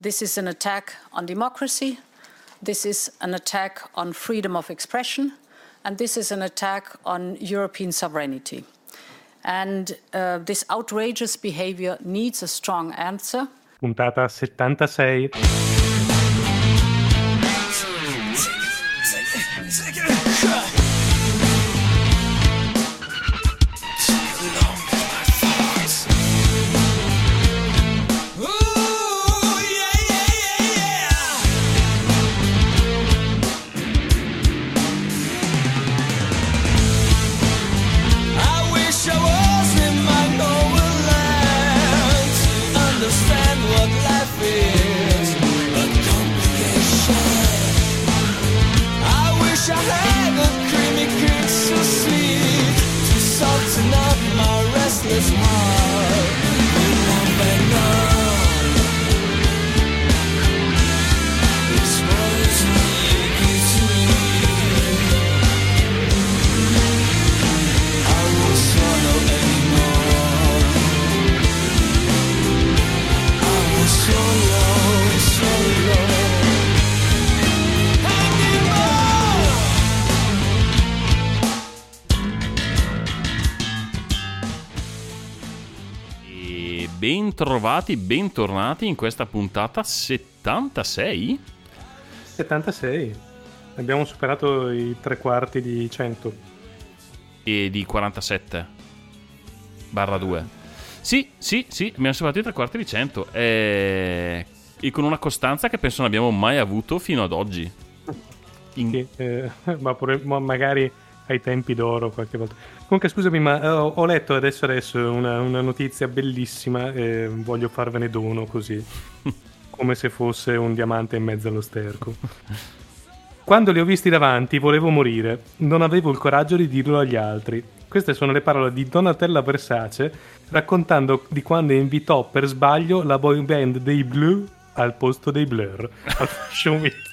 This is an attack on democracy. This is an attack on freedom of expression. And this is an attack on European sovereignty. And this outrageous behavior needs a strong answer. Puntata 76. Bentrovati, bentornati in questa puntata 76? 76. Abbiamo superato i 3/4 di 100. E di 47/2. Sì, abbiamo superato i 3/4 di 100. E con una costanza che penso non abbiamo mai avuto fino ad oggi. Sì, ma magari ai tempi d'oro qualche volta. Comunque scusami, ma ho letto adesso una notizia bellissima e voglio farvene dono così, come se fosse un diamante in mezzo allo sterco. Quando li ho visti davanti volevo morire, non avevo il coraggio di dirlo agli altri. Queste sono le parole di Donatella Versace raccontando di quando invitò per sbaglio la boy band dei Blue al posto dei Blur al Fashion Week.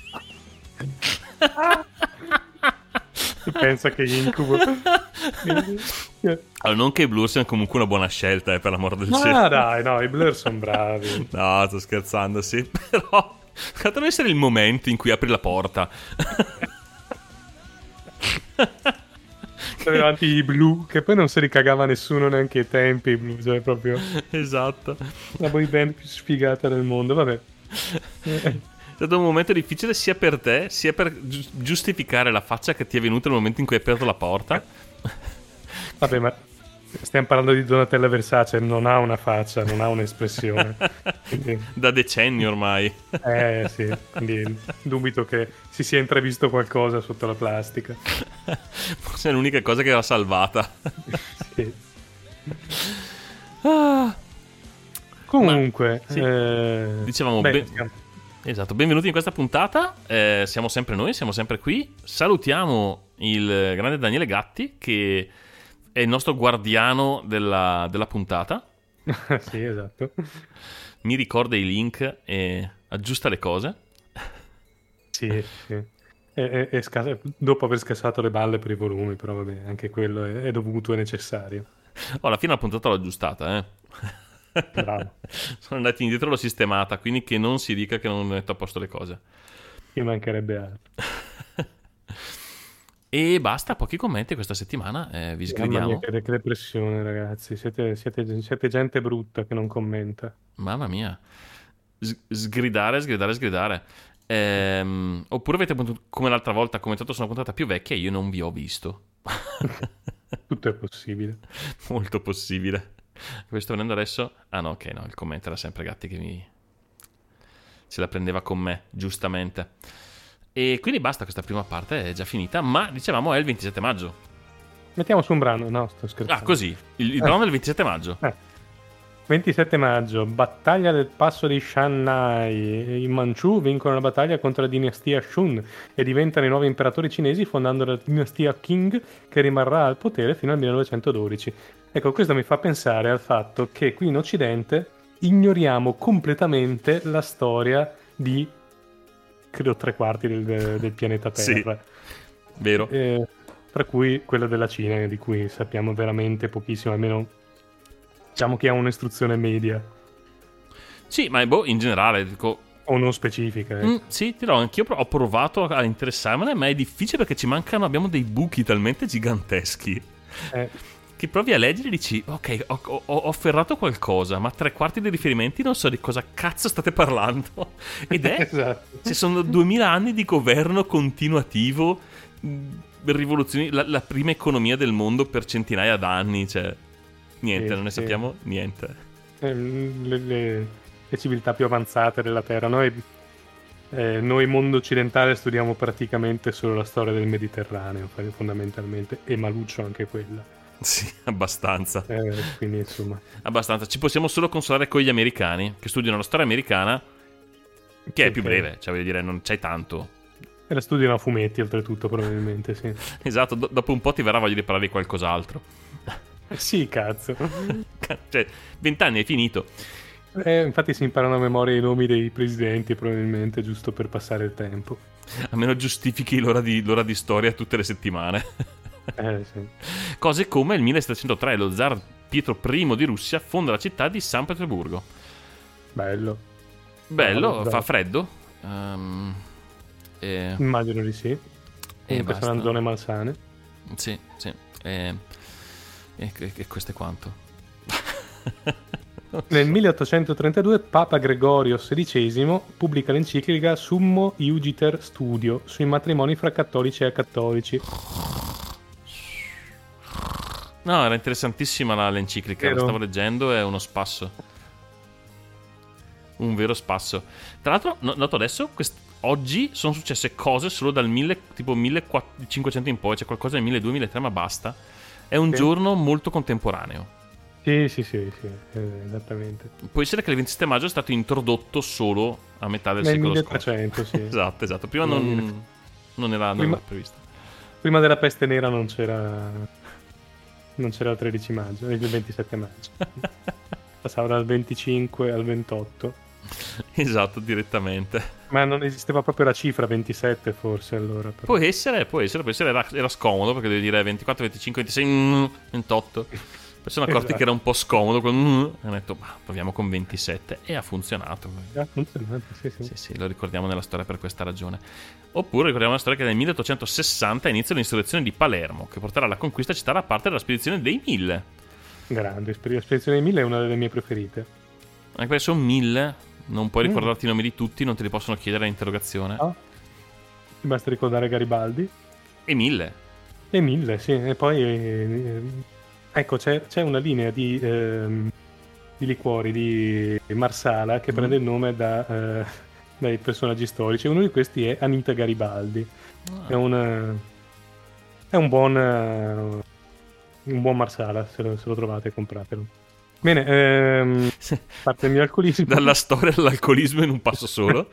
Pensa che incubo. Allora, non che i Blur siano comunque una buona scelta, per l'amor del cielo. Ma dai, no, i Blur sono bravi. No, sto scherzando, sì. Però deve essere il momento in cui apri la porta. Davanti i Blue, che poi non se li cagava nessuno neanche ai tempi, i Blue, cioè proprio esatto, la boy band più sfigata del mondo, vabbè. È stato un momento difficile sia per te, sia per giustificare la faccia che ti è venuta nel momento in cui hai aperto la porta. Vabbè, ma stiamo parlando di Donatella Versace, non ha una faccia, non ha un'espressione. Quindi... da decenni ormai. Sì, quindi dubito che si sia intravisto qualcosa sotto la plastica. Forse è l'unica cosa che era salvata. Sì. Comunque, sì. Dicevamo... Esatto, benvenuti in questa puntata, siamo sempre noi, siamo sempre qui. Salutiamo il grande Daniele Gatti, che è il nostro guardiano della puntata. Sì, esatto. Mi ricorda i link e aggiusta le cose. Sì. Dopo aver scassato le balle per i volumi, però vabbè, anche quello è dovuto e necessario. Alla fine la puntata l'ho aggiustata, Bravo. Sono andati indietro, l'ho sistemata, quindi che non si dica che non metto a posto le cose. Mi mancherebbe altro. E basta, pochi commenti questa settimana, vi sgridiamo. Mamma mia, che depressione, ragazzi, siete gente brutta che non commenta. Mamma mia, sgridare. Oppure avete come l'altra volta commentato su una puntata più vecchia e io non vi ho visto. Tutto è possibile. Molto possibile. Sto venendo adesso. Ah no, ok, no, il commento era sempre Gatti che se la prendeva con me, giustamente. E quindi basta, questa prima parte è già finita. Ma dicevamo è il 27 maggio. Mettiamo su un brano. No, sto scherzando. Ah, così, il brano del 27 maggio. 27 maggio, battaglia del passo di Shan'ai. I Manchu vincono la battaglia contro la dinastia Shun e diventano i nuovi imperatori cinesi, fondando la dinastia Qing, che rimarrà al potere fino al 1912. Ecco, questo mi fa pensare al fatto che qui in Occidente ignoriamo completamente la storia di, credo, 3/4 del pianeta Terra. Sì, vero. Tra cui quella della Cina, di cui sappiamo veramente pochissimo, almeno diciamo che ha un'istruzione media. Sì, ma in generale, dico... O non specifica, sì, dirò, anch'io ho provato a interessarmene, ma è difficile perché abbiamo dei buchi talmente giganteschi che provi a leggere e dici, ok, ho afferrato qualcosa, ma 3/4 dei riferimenti non so di cosa cazzo state parlando. Ed è, esatto. Ci sono 2000 anni di governo continuativo, rivoluzioni, la prima economia del mondo per centinaia d'anni, cioè, niente, non ne sappiamo niente. Le civiltà più avanzate della Terra. Noi mondo occidentale studiamo praticamente solo la storia del Mediterraneo, fondamentalmente, e maluccio anche quella. Sì, abbastanza. Quindi insomma, abbastanza. Ci possiamo solo consolare con gli americani che studiano la storia americana, che è più breve, cioè voglio dire, non c'hai tanto. E la studiano a fumetti, oltretutto, probabilmente, sì. Esatto, dopo un po' ti verrà voglia di parlare di qualcos'altro. Sì, cazzo. Cioè, 20 anni è finito. Infatti si imparano a memoria i nomi dei presidenti, probabilmente, giusto per passare il tempo. Almeno giustifichi l'ora di storia tutte le settimane. Sì. Cose come il 1703 lo zar Pietro I di Russia fonda la città di San Pietroburgo. Bello, fa freddo. Immagino di sì. Comunque saranno zone malsane. Sì. E questo è quanto. Nel 1832 Papa Gregorio XVI pubblica l'enciclica Summo Iugiter Studio sui matrimoni fra cattolici e acattolici. No, era interessantissima l'enciclica, la stavo leggendo, è uno spasso. Un vero spasso. Tra l'altro, noto adesso, oggi sono successe cose solo dal 1500 in poi, c'è qualcosa nel 1200-1300, ma basta. È un giorno molto contemporaneo. Sì, esattamente. Può essere che il 27 maggio è stato introdotto solo a metà del secolo 1300, scorso. Sì. Esatto. Prima non era previsto. Prima della peste nera non c'era il 13 maggio, il 27 maggio. Passava dal 25 al 28. Esatto, direttamente. Ma non esisteva proprio la cifra 27 forse allora. Però. Può essere, era scomodo perché devi dire 24, 25, 26, 28. Poi sono accorti che era un po' scomodo. Hanno detto, proviamo con 27 e ha funzionato. Sì, lo ricordiamo nella storia per questa ragione. Oppure ricordiamo la storia che nel 1860 inizia l'insurrezione di Palermo, che porterà alla conquista città da parte della spedizione dei 1000. Grande, la spedizione dei 1000 è una delle mie preferite. Anche perché sono 1000, non puoi ricordarti i nomi di tutti, non te li possono chiedere all'interrogazione. Ti basta ricordare Garibaldi. E 1000. E 1000, sì. E poi... ecco, c'è una linea di liquori di Marsala che prende il nome dai personaggi storici. Uno di questi è Anita Garibaldi. È un buon Marsala, se lo trovate, compratelo. Bene, parte il mio alcolismo. Dalla storia all'alcolismo in un passo solo.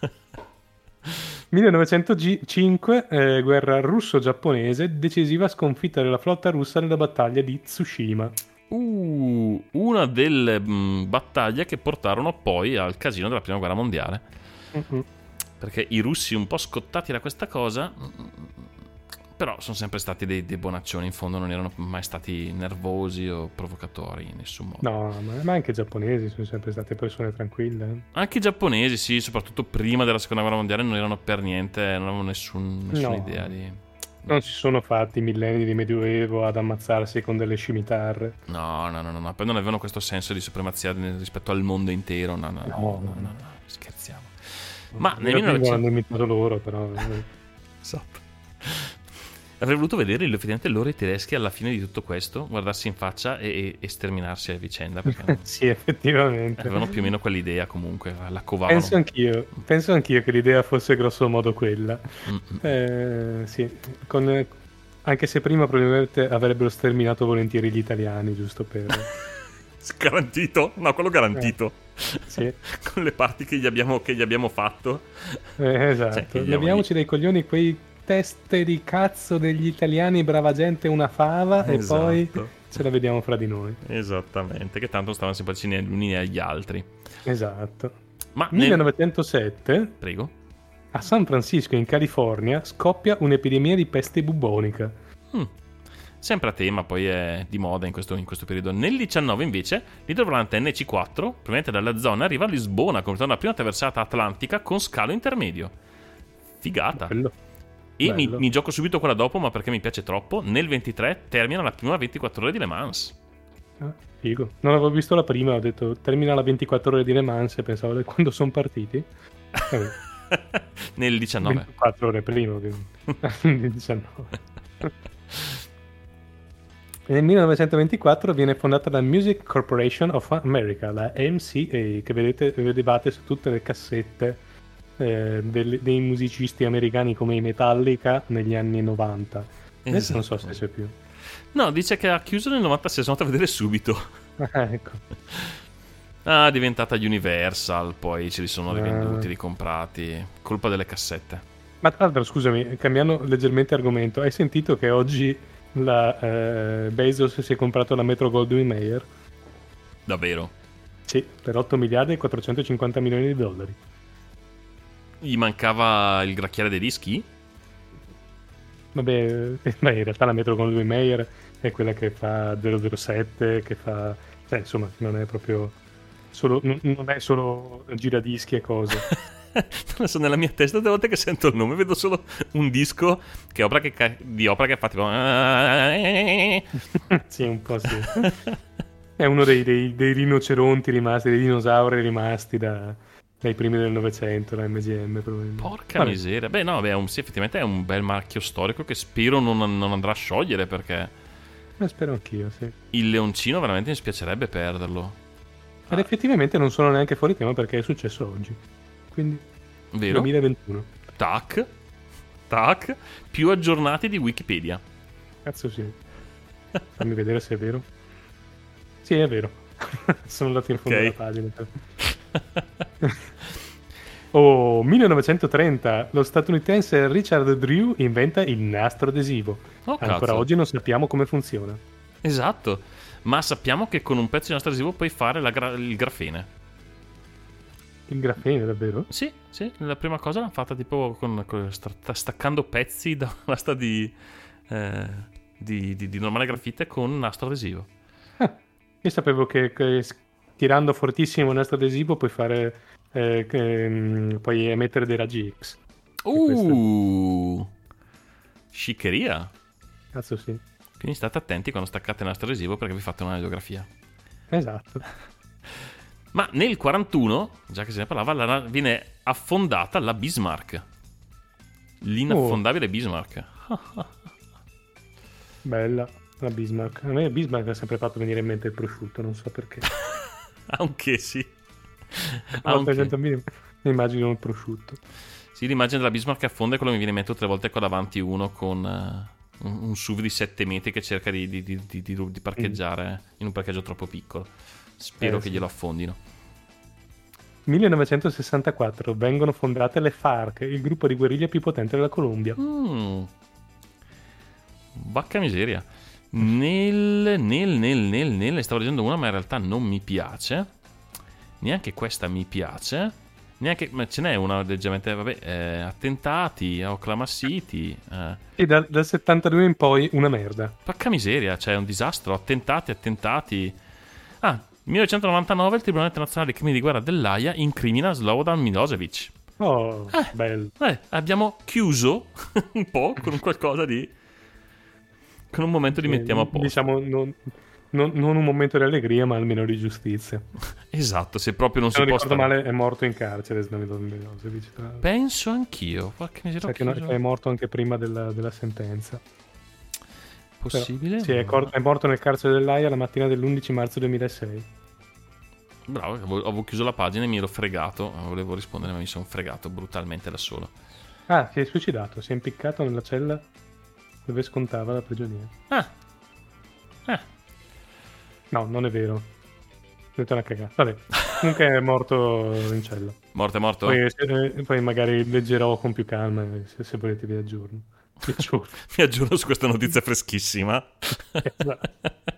1905, guerra russo-giapponese, decisiva sconfitta della flotta russa nella battaglia di Tsushima. Una delle battaglie che portarono poi al casino della prima guerra mondiale. Perché i russi, un po' scottati da questa cosa, però sono sempre stati dei bonaccioni, in fondo non erano mai stati nervosi o provocatori in nessun modo. No, ma anche i giapponesi sono sempre state persone tranquille. Anche i giapponesi, sì, soprattutto prima della seconda guerra mondiale non erano per niente, non avevano nessuna idea di... Non si sono fatti millenni di medioevo ad ammazzarsi con delle scimitarre. No, poi non avevano questo senso di supremazia rispetto al mondo intero, no, scherziamo. Ma nel 1900 hanno imitato loro, però... Esatto. Avrei voluto vedere effettivamente loro i tedeschi alla fine di tutto questo, guardarsi in faccia e sterminarsi a vicenda. Perché sì, effettivamente. Avevano più o meno quell'idea comunque, la covavano. Penso anch'io che l'idea fosse grosso modo quella. Sì, anche se prima probabilmente avrebbero sterminato volentieri gli italiani, giusto per... Garantito? No, quello garantito. Sì. Con le parti che gli abbiamo fatto. Esatto. Cioè, leviamoci dai coglioni quei teste di cazzo degli italiani, brava gente, una fava, esatto. E poi ce la vediamo fra di noi. Esattamente, che tanto stavano simpatici né gli uni né agli altri. Esatto. Ma 1907, prego. A San Francisco in California scoppia un'epidemia di peste bubbonica. sempre a tema, poi è di moda in questo periodo. Nel 19 invece l'idrovolante NC4 proveniente dalla zona arriva a Lisbona, completando la prima traversata atlantica con scalo intermedio. Figata. Bello. E mi gioco subito quella dopo, ma perché mi piace troppo. Nel 23 termina la prima 24 ore di Le Mans. Figo. Non avevo visto la prima, ho detto termina la 24 ore di Le Mans e pensavo quando sono partiti. Nel 19. 24 ore prima. Nel 19. Nel 1924 viene fondata la Music Corporation of America, la MCA, che vedevate su tutte le cassette dei musicisti americani come i Metallica negli anni 90. Adesso non so se c'è più. No, dice che ha chiuso nel 96, sono andato a vedere subito. Ecco. È diventata Universal, poi ce li sono rivenduti, ricomprati, colpa delle cassette. Ma tra l'altro, scusami, cambiando leggermente argomento, hai sentito che oggi Bezos si è comprato la Metro Goldwyn Mayer? Davvero? Sì, per 8 miliardi e 450 milioni di dollari. Gli mancava il gracchiere dei dischi? Vabbè, in realtà la Metro Goldwyn Mayer è quella che fa 007, che fa... insomma, non è proprio... non è solo giradischi e cose. Non so, nella mia testa, tutte le volte che sento il nome vedo solo un disco di opera che fa tipo... Sì, un po' sì. È uno dei rinoceronti rimasti, dei dinosauri rimasti dai primi del Novecento, la MGM probabilmente. Porca miseria. Beh, no, sì, effettivamente è un bel marchio storico che spero non andrà a sciogliere, perché... spero anch'io, sì. Il leoncino veramente mi spiacerebbe perderlo. Ed effettivamente non sono neanche fuori tema perché è successo oggi. Quindi... Vero? 2021. Tac. Più aggiornati di Wikipedia. Cazzo sì. Fammi vedere se è vero. Sì, è vero. Sono andato in fondo alla pagina. 1930 lo statunitense Richard Drew inventa il nastro adesivo. Ancora oggi non sappiamo come funziona. Esatto, ma sappiamo che con un pezzo di nastro adesivo puoi fare il grafene. Il grafene, davvero? Sì, la prima cosa l'hanno fatta tipo staccando pezzi da una sta di normale grafite con nastro adesivo. Io sapevo che tirando fortissimo il nastro adesivo puoi fare puoi emettere dei raggi X. Sciccheria. Cazzo sì. Quindi state attenti quando staccate il nastro adesivo perché vi fate un'angiografia. Esatto. Ma nel 41, già che se ne parlava, viene affondata la Bismarck. L'inaffondabile Bismarck. Bella la Bismarck. A me Bismarck mi ha sempre fatto venire in mente il prosciutto, non so perché. Anche sì. Mi immagino il prosciutto. Sì, l'immagine della Bismarck che affonda è quello che mi viene in mente tutte le volte qua davanti uno con un SUV di 7 metri che cerca di parcheggiare in un parcheggio troppo piccolo. Spero che glielo affondino. 1964 vengono fondate le FARC, il gruppo di guerriglia più potente della Colombia. Bacca miseria. Stavo leggendo una, ma in realtà non mi piace. Neanche questa mi piace. Ma ce n'è una leggermente. Attentati a Oklahoma City. E dal 72 in poi una merda. Bacca miseria, cioè un disastro. Attentati. 1999 il Tribunale Internazionale dei Crimini di Guerra dell'Aia incrimina Slobodan Milosevic. Bello. Abbiamo chiuso un po' con qualcosa di... con un momento di mettiamo a posto. Diciamo, non un momento di allegria, ma almeno di giustizia. Esatto, se proprio non si può ricordo male, è morto in carcere Slobodan Milosevic. Penso anch'io. Che è morto anche prima della sentenza. Possibile? Sì, è morto nel carcere dell'Aia la mattina dell'11 marzo 2006. Bravo, avevo chiuso la pagina e mi ero fregato. Volevo rispondere, ma mi sono fregato brutalmente da solo. Si è suicidato, si è impiccato nella cella dove scontava la prigionia. No, non è vero. Ho detto una cagata. Vabbè, comunque è morto in cella. Morto? Poi magari leggerò con più calma, se volete vi aggiorno. Mi aggiorno su questa notizia freschissima. Esatto.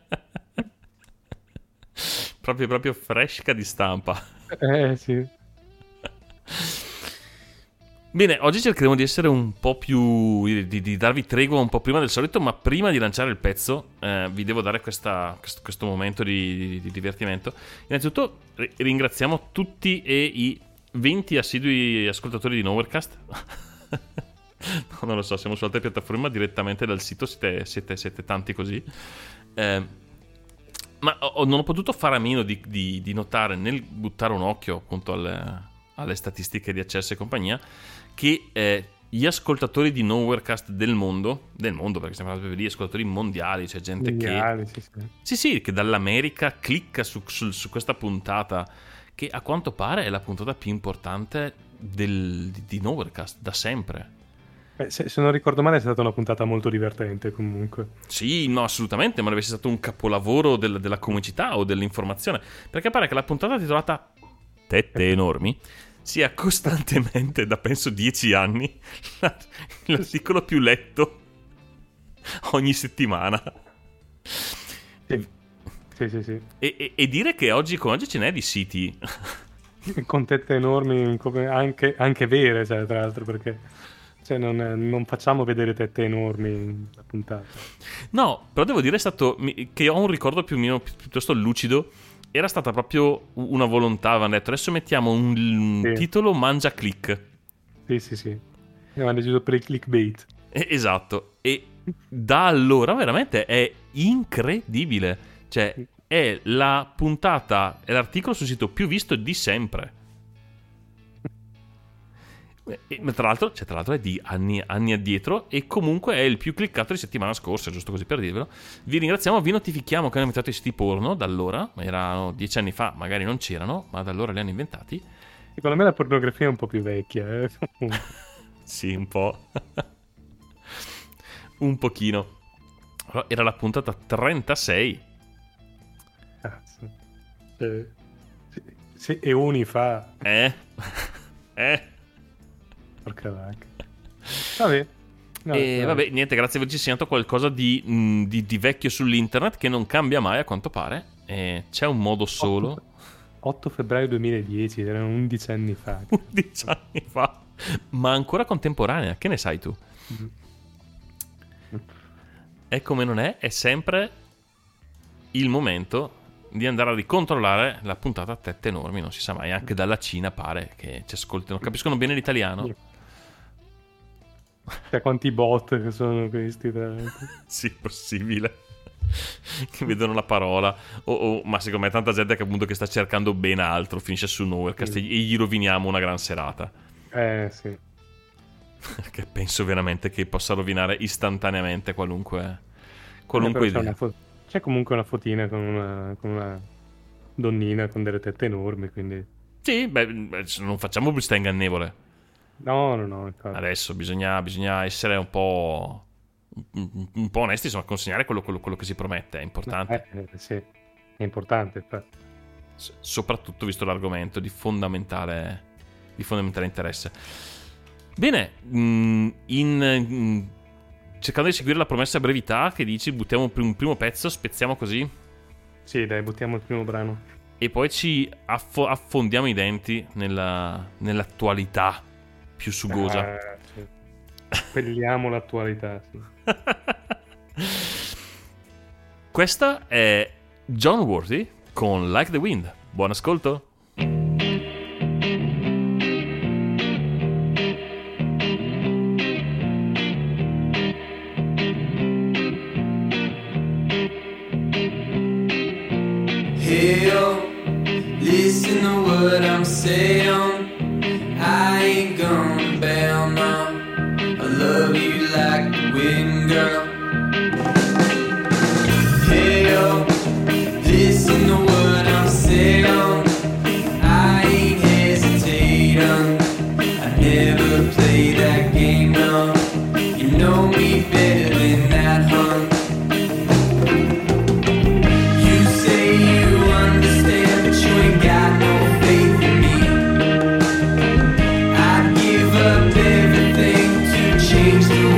proprio fresca di stampa. Sì. Bene, oggi cercheremo di essere un po' più... di darvi tregua un po' prima del solito, ma prima di lanciare il pezzo vi devo dare questo momento di divertimento. Innanzitutto ringraziamo tutti e i 20 assidui ascoltatori di Nowherecast. No, non lo so, siamo su altre piattaforme, ma direttamente dal sito siete tanti così. Ma non ho potuto fare a meno di notare, nel buttare un occhio appunto alle statistiche di accesso e compagnia, che gli ascoltatori di Nowherecast del mondo, perché stiamo parlando di ascoltatori mondiali, c'è gente mondiali, che sì, che dall'America clicca su questa puntata, che a quanto pare è la puntata più importante di Nowherecast da sempre. Se non ricordo male è stata una puntata molto divertente comunque. Sì, no, assolutamente, ma deve essere stato un capolavoro della comicità o dell'informazione, perché pare che la puntata titolata Tette enormi sia costantemente, da penso 10 anni, l'articolo più letto ogni settimana. Sì. E dire che oggi ce n'è di siti con tette enormi, anche vere, cioè, tra l'altro, perché non facciamo vedere tette enormi in la puntata. No, però devo dire che ho un ricordo più o meno piuttosto lucido. Era stata proprio una volontà, avevano detto adesso mettiamo un titolo mangia click. Sì. Avevano deciso per il clickbait. Esatto. E da allora veramente è incredibile. Cioè è la puntata, è l'articolo sul sito più visto di sempre. Ma tra l'altro è di anni addietro, e comunque è il più cliccato di settimana scorsa, giusto così per dirvelo. Vi ringraziamo, vi notifichiamo che hanno inventato i siti porno da allora. Erano 10 anni fa, magari non c'erano, ma da allora li hanno inventati. Secondo me la pornografia è un po' più vecchia. Sì, un po'. Un pochino. Allora, era la puntata 36. Cazzo. Sì, e uni fa. Porca vacca. Vabbè. Vabbè, niente, grazie per averci segnato qualcosa di vecchio sull'internet che non cambia mai a quanto pare. C'è un modo solo. 8 febbraio 2010, erano 11 anni fa. 11 anni fa. Ma ancora contemporanea, che ne sai tu? È come non è sempre il momento di andare a ricontrollare la puntata a tette enormi, non si sa mai, anche dalla Cina pare che ci ascoltino, capiscono bene l'italiano. Cioè, quanti bot che sono questi? Sì, possibile. Che vedono la parola. Ma secondo me è tanta gente che appunto che sta cercando ben altro, finisce su Nowherecast e gli roviniamo una gran serata. Sì. Che penso veramente che possa rovinare istantaneamente qualunque idea. C'è comunque una fotina con una donnina con delle tette enormi, quindi... Sì, non facciamo pubblicità ingannevole. No. Infatti. Adesso bisogna essere un po' onesti, insomma, consegnare quello che si promette, è importante. Sì, è importante, infatti. Soprattutto visto l'argomento di fondamentale interesse. Bene, cercando di seguire la promessa brevità che dici, buttiamo un primo pezzo, spezziamo così? Sì, dai, buttiamo il primo brano. E poi ci affondiamo i denti nell'attualità più sugosa. Sì. Pelliamo l'attualità, sì. Questa è John Worthy con Like the Wind. Buon ascolto. Listen to what I'm saying. I ain't gonna bail now. I love you like the wind, girl. Hey yo, listen to what I'm saying. I ain't hesitating. I never play that game, no. You know me better than that, huh? Change the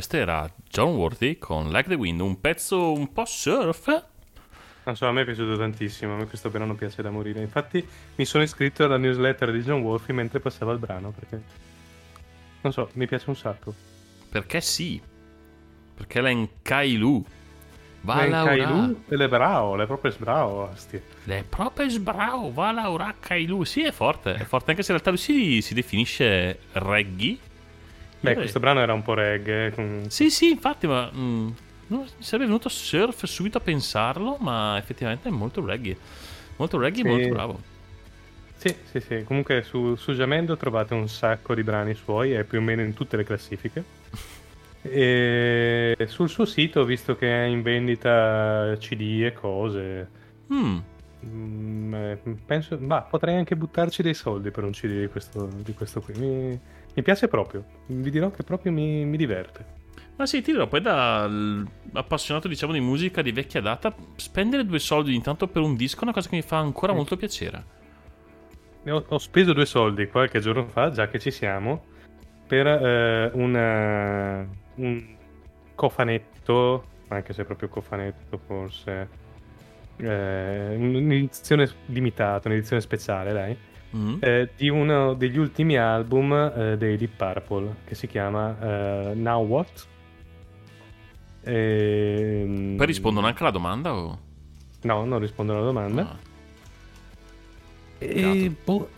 questo era John Worthy con Like the Wind, un pezzo un po' surf. Non so, a me è piaciuto tantissimo, a me questo brano piace da morire. Infatti mi sono iscritto alla newsletter di John Worthy mentre passava il brano, perché non so, mi piace un sacco. Perché sì, perché Len Kailu va a Kailu è bravo, è proprio bravo. è proprio sbravo, va a lavorare Kailu. Sì, è forte, anche se in realtà lui si definisce reggae. Beh, questo brano era un po' reggae. Sì, infatti, ma non mi sarebbe venuto surf subito a pensarlo, ma effettivamente è molto reggae, molto bravo. Sì. Comunque su Jamendo trovate un sacco di brani suoi, è più o meno in tutte le classifiche. E sul suo sito ho visto che è in vendita CD e cose. Penso, potrei anche buttarci dei soldi per un CD di questo qui. Mi piace proprio. Vi dirò che proprio mi diverte. Ma sì, ti dirò, poi da appassionato, diciamo, di musica di vecchia data, spendere 2 soldi intanto per un disco è una cosa che mi fa ancora molto piacere. Ho speso 2 soldi qualche giorno fa, già che ci siamo, per un cofanetto, anche se è proprio cofanetto forse, un'edizione limitata, un'edizione speciale, dai, di uno degli ultimi album dei Deep Purple, che si chiama Now What? Poi rispondono anche alla domanda o? No, non rispondono alla domanda. Ah. E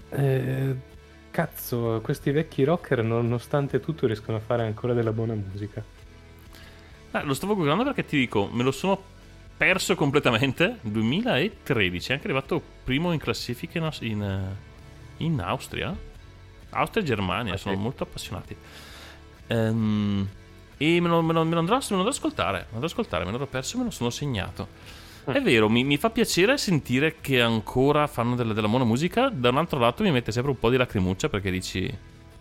cazzo, questi vecchi rocker nonostante tutto riescono a fare ancora della buona musica. Lo stavo googlando perché ti dico, me lo sono perso completamente. 2013, è anche arrivato primo in classifiche in Austria e Germania, sono molto appassionati. E me lo andrò ad ascoltare, me l'ero perso e me lo sono segnato. È vero, mi fa piacere sentire che ancora fanno della buona musica. Da un altro lato mi mette sempre un po' di lacrimuccia, perché dici,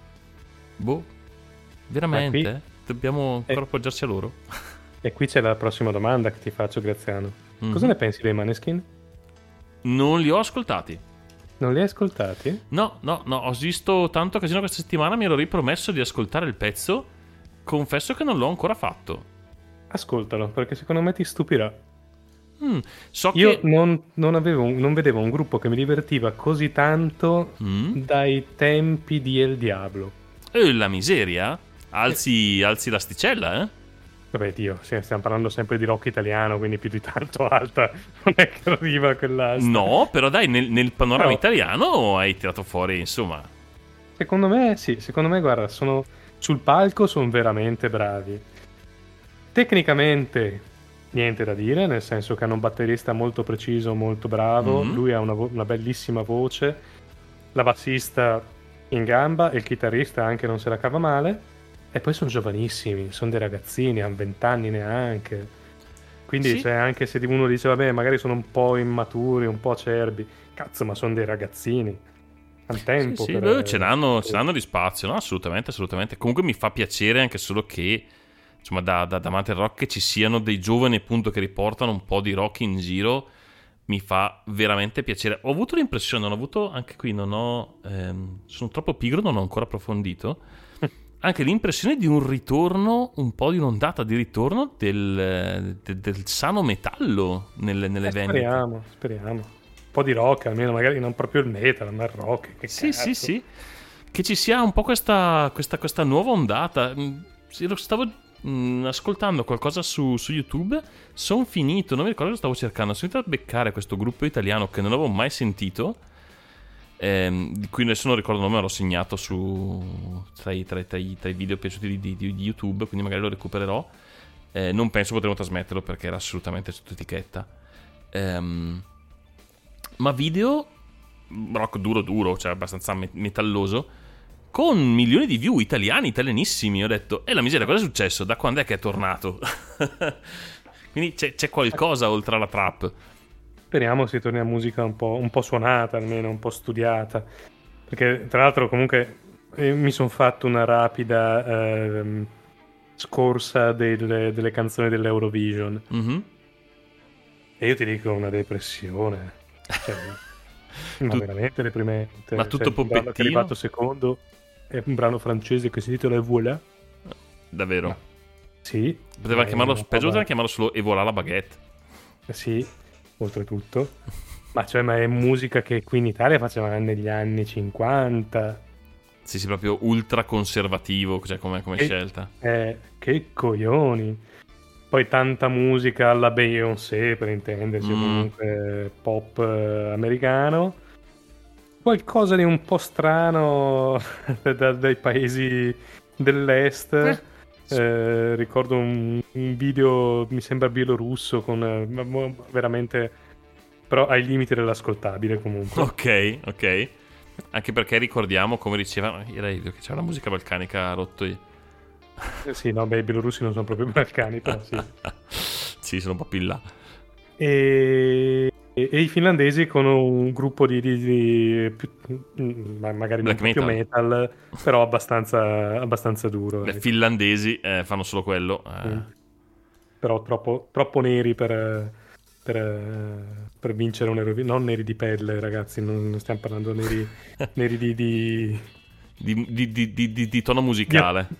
veramente? Dobbiamo ancora appoggiarci a loro? E qui c'è la prossima domanda che ti faccio, Graziano. Cosa ne pensi dei Maneskin? Non li ho ascoltati. Non li hai ascoltati? No, ho visto tanto casino questa settimana, mi ero ripromesso di ascoltare il pezzo. Confesso che non l'ho ancora fatto. Ascoltalo, perché secondo me ti stupirà. So Io che non vedevo un gruppo che mi divertiva così tanto dai tempi di El Diablo. La miseria? Alzi l'asticella, eh? Vabbè, Dio, stiamo parlando sempre di rock italiano, quindi più di tanto alta non è che arriva quell'asta. No, però dai, nel panorama italiano hai tirato fuori, insomma. Secondo me, guarda, sul palco sono veramente bravi. Tecnicamente niente da dire, nel senso che hanno un batterista molto preciso, molto bravo, lui ha una bellissima voce, la bassista in gamba e il chitarrista anche non se la cava male, e poi sono giovanissimi, sono dei ragazzini, hanno 20 anni neanche, quindi sì. Anche se uno dice vabbè magari sono un po' immaturi, un po' acerbi, cazzo, ma sono dei ragazzini, hanno tempo. Sì, ce l'hanno di spazio, no? Assolutamente. Comunque mi fa piacere anche solo che, insomma, da amante del rock, che ci siano dei giovani appunto che riportano un po' di rock in giro. Mi fa veramente piacere. Ho avuto l'impressione, anche qui sono troppo pigro, non ho ancora approfondito, anche l'impressione di un ritorno, un po' di un'ondata di ritorno del sano metallo nelle vendite. Speriamo. Un po' di rock, almeno magari non proprio il metal, ma il rock. Sì. Che ci sia un po' questa nuova ondata. Stavo ascoltando qualcosa su YouTube, sono finito, non mi ricordo cosa stavo cercando, sono finito a beccare questo gruppo italiano che non avevo mai sentito, di cui nessuno ricorda il nome, l'ho segnato tra i video piaciuti di YouTube, quindi magari lo recupererò. Non penso potremo trasmetterlo perché era assolutamente sotto etichetta, ma video rock duro, cioè abbastanza metalloso, con milioni di view italianissimi. Ho detto, la miseria, cosa è successo? Da quando è che è tornato? Quindi c'è qualcosa oltre alla trap. Speriamo si torni a musica un po' suonata, almeno un po' studiata, perché tra l'altro comunque mi sono fatto una rapida scorsa delle canzoni dell'Eurovision, e io ti dico, una depressione, ma veramente deprimente. Ma tutto pompettino? Che è arrivato secondo è un brano francese che si intitola Voilà. Davvero? Sì. Poteva chiamarlo solo E voilà la baguette. Sì, oltretutto. Ma è musica che qui in Italia facevano negli anni 50. Sì, proprio ultra conservativo, cioè come scelta. Che coglioni. Poi tanta musica alla Beyoncé, per intenderci, comunque pop americano. Qualcosa di un po' strano dai paesi dell'est. Ricordo un video, mi sembra bielorusso, con veramente, però ai limiti dell'ascoltabile comunque. Ok. Anche perché ricordiamo, come diceva ieri, che c'è una musica balcanica rotto. Sì, no, beh, i bielorussi non sono proprio balcani, però sì. Sì, sono un po' più in là. E i finlandesi con un gruppo di magari Black più metal, però abbastanza duro. Le finlandesi fanno solo quello. Però troppo neri per vincere un Eurovision. Non neri di pelle, ragazzi, non stiamo parlando neri di tono musicale.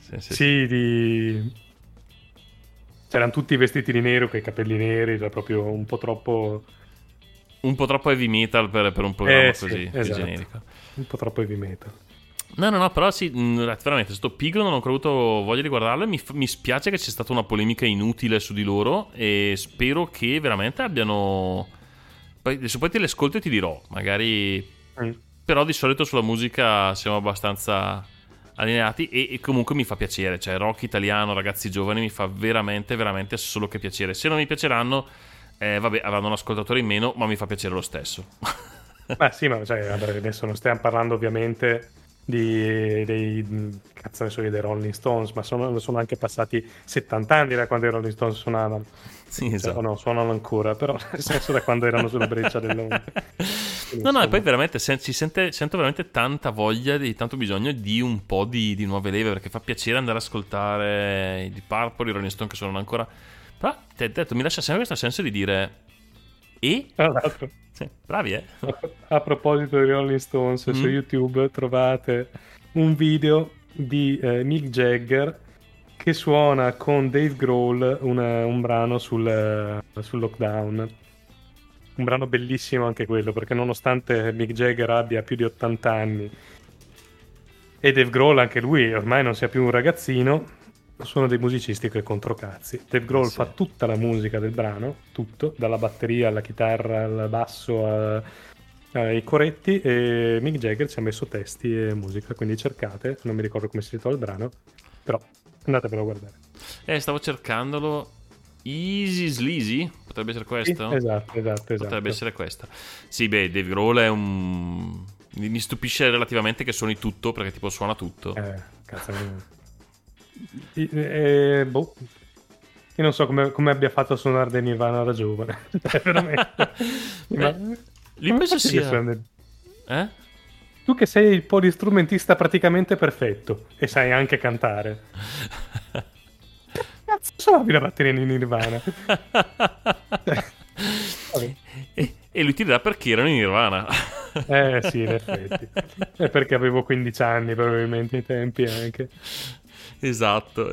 Sì, c'erano tutti vestiti di nero con i capelli neri, cioè proprio un po' troppo heavy metal per un programma così esatto. generico. Un po' troppo heavy metal. No, però sì, veramente, sto pigro, non ho ancora avuto voglia di guardarlo. Mi spiace che c'è stata una polemica inutile su di loro e spero che veramente abbiano... Poi te le ascolto e ti dirò, magari... Però di solito sulla musica siamo abbastanza allineati e comunque mi fa piacere, cioè rock italiano, ragazzi giovani, mi fa veramente, veramente solo che piacere. Se non mi piaceranno, vabbè, avranno un ascoltatore in meno, ma mi fa piacere lo stesso. Ma sì, ma cioè, adesso non stiamo parlando ovviamente dei Rolling Stones, ma sono anche passati 70 anni da quando i Rolling Stones suonavano. Sì, esatto. Cioè, no, suonano ancora, però nel senso da quando erano sulla breccia dell'onda. No, e poi veramente sento veramente tanta voglia, tanto bisogno di un po' di nuove leve, perché fa piacere andare ad ascoltare i Deep Purple, i Rolling Stone che suonano ancora. Però ti ho detto, mi lascia sempre questo senso di dire tra l'altro, bravi, a proposito di Rolling Stones, su YouTube trovate un video di Mick Jagger che suona con Dave Grohl un brano sul lockdown. Un brano bellissimo anche quello, perché nonostante Mick Jagger abbia più di 80 anni e Dave Grohl anche lui ormai non sia più un ragazzino, sono dei musicisti che controcazzi. Dave Grohl fa tutta la musica del brano, tutto, dalla batteria alla chitarra al basso ai coretti, e Mick Jagger ci ha messo testi e musica, quindi cercate, non mi ricordo come si intitola il brano, però andatevelo a guardare. Stavo cercandolo. Easy Sleazy? Potrebbe essere questo? Sì, esatto. Potrebbe essere questa. Sì, beh, Dave Grohl è un... Mi stupisce relativamente che suoni tutto, perché tipo suona tutto. Cazzo. Boh. Io non so come abbia fatto a suonare dei Nirvana da giovane. Veramente. Lui penso sia... Tu che sei il polistrumentista praticamente perfetto e sai anche cantare. Cazzo, suonavi la batteria in Nirvana. E lui ti dirà perché erano in Nirvana. Sì, in effetti. È perché avevo 15 anni probabilmente ai tempi anche. Esatto.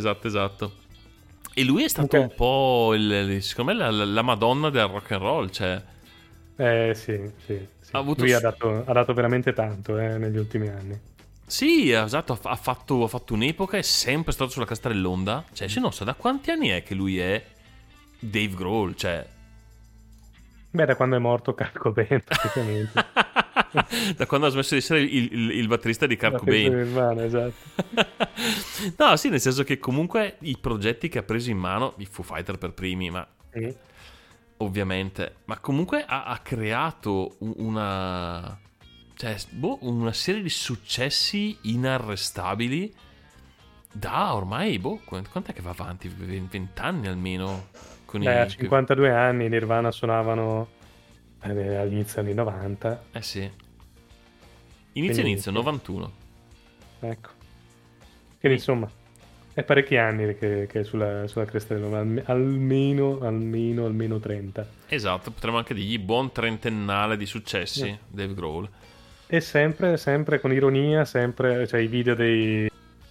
E lui è stato un po' secondo me la madonna del rock and roll, cioè... Sì. Lui ha dato veramente tanto negli ultimi anni. Sì, esatto, ha fatto un'epoca, è sempre stato sulla cresta dell'onda. Cioè, se non so, da quanti anni è che lui è Dave Grohl, cioè... Beh, da quando è morto Kurt Cobain, praticamente. Da quando ha smesso di essere il batterista di Kurt Cobain. Esatto. No, sì, nel senso che comunque i progetti che ha preso in mano, i Foo Fighter per primi, ma... Ovviamente. Ma comunque ha creato una serie di successi inarrestabili da ormai, quant'è che va avanti? 20 anni almeno? A 52 anni Nirvana suonavano all'inizio anni 90. Sì. Inizio 91. Ecco. Quindi insomma, è parecchi anni che è sulla cresta dell'onda, almeno 30. Esatto, potremmo anche dirgli buon trentennale di successi, Dave Grohl. E sempre con ironia, sempre, cioè i video dei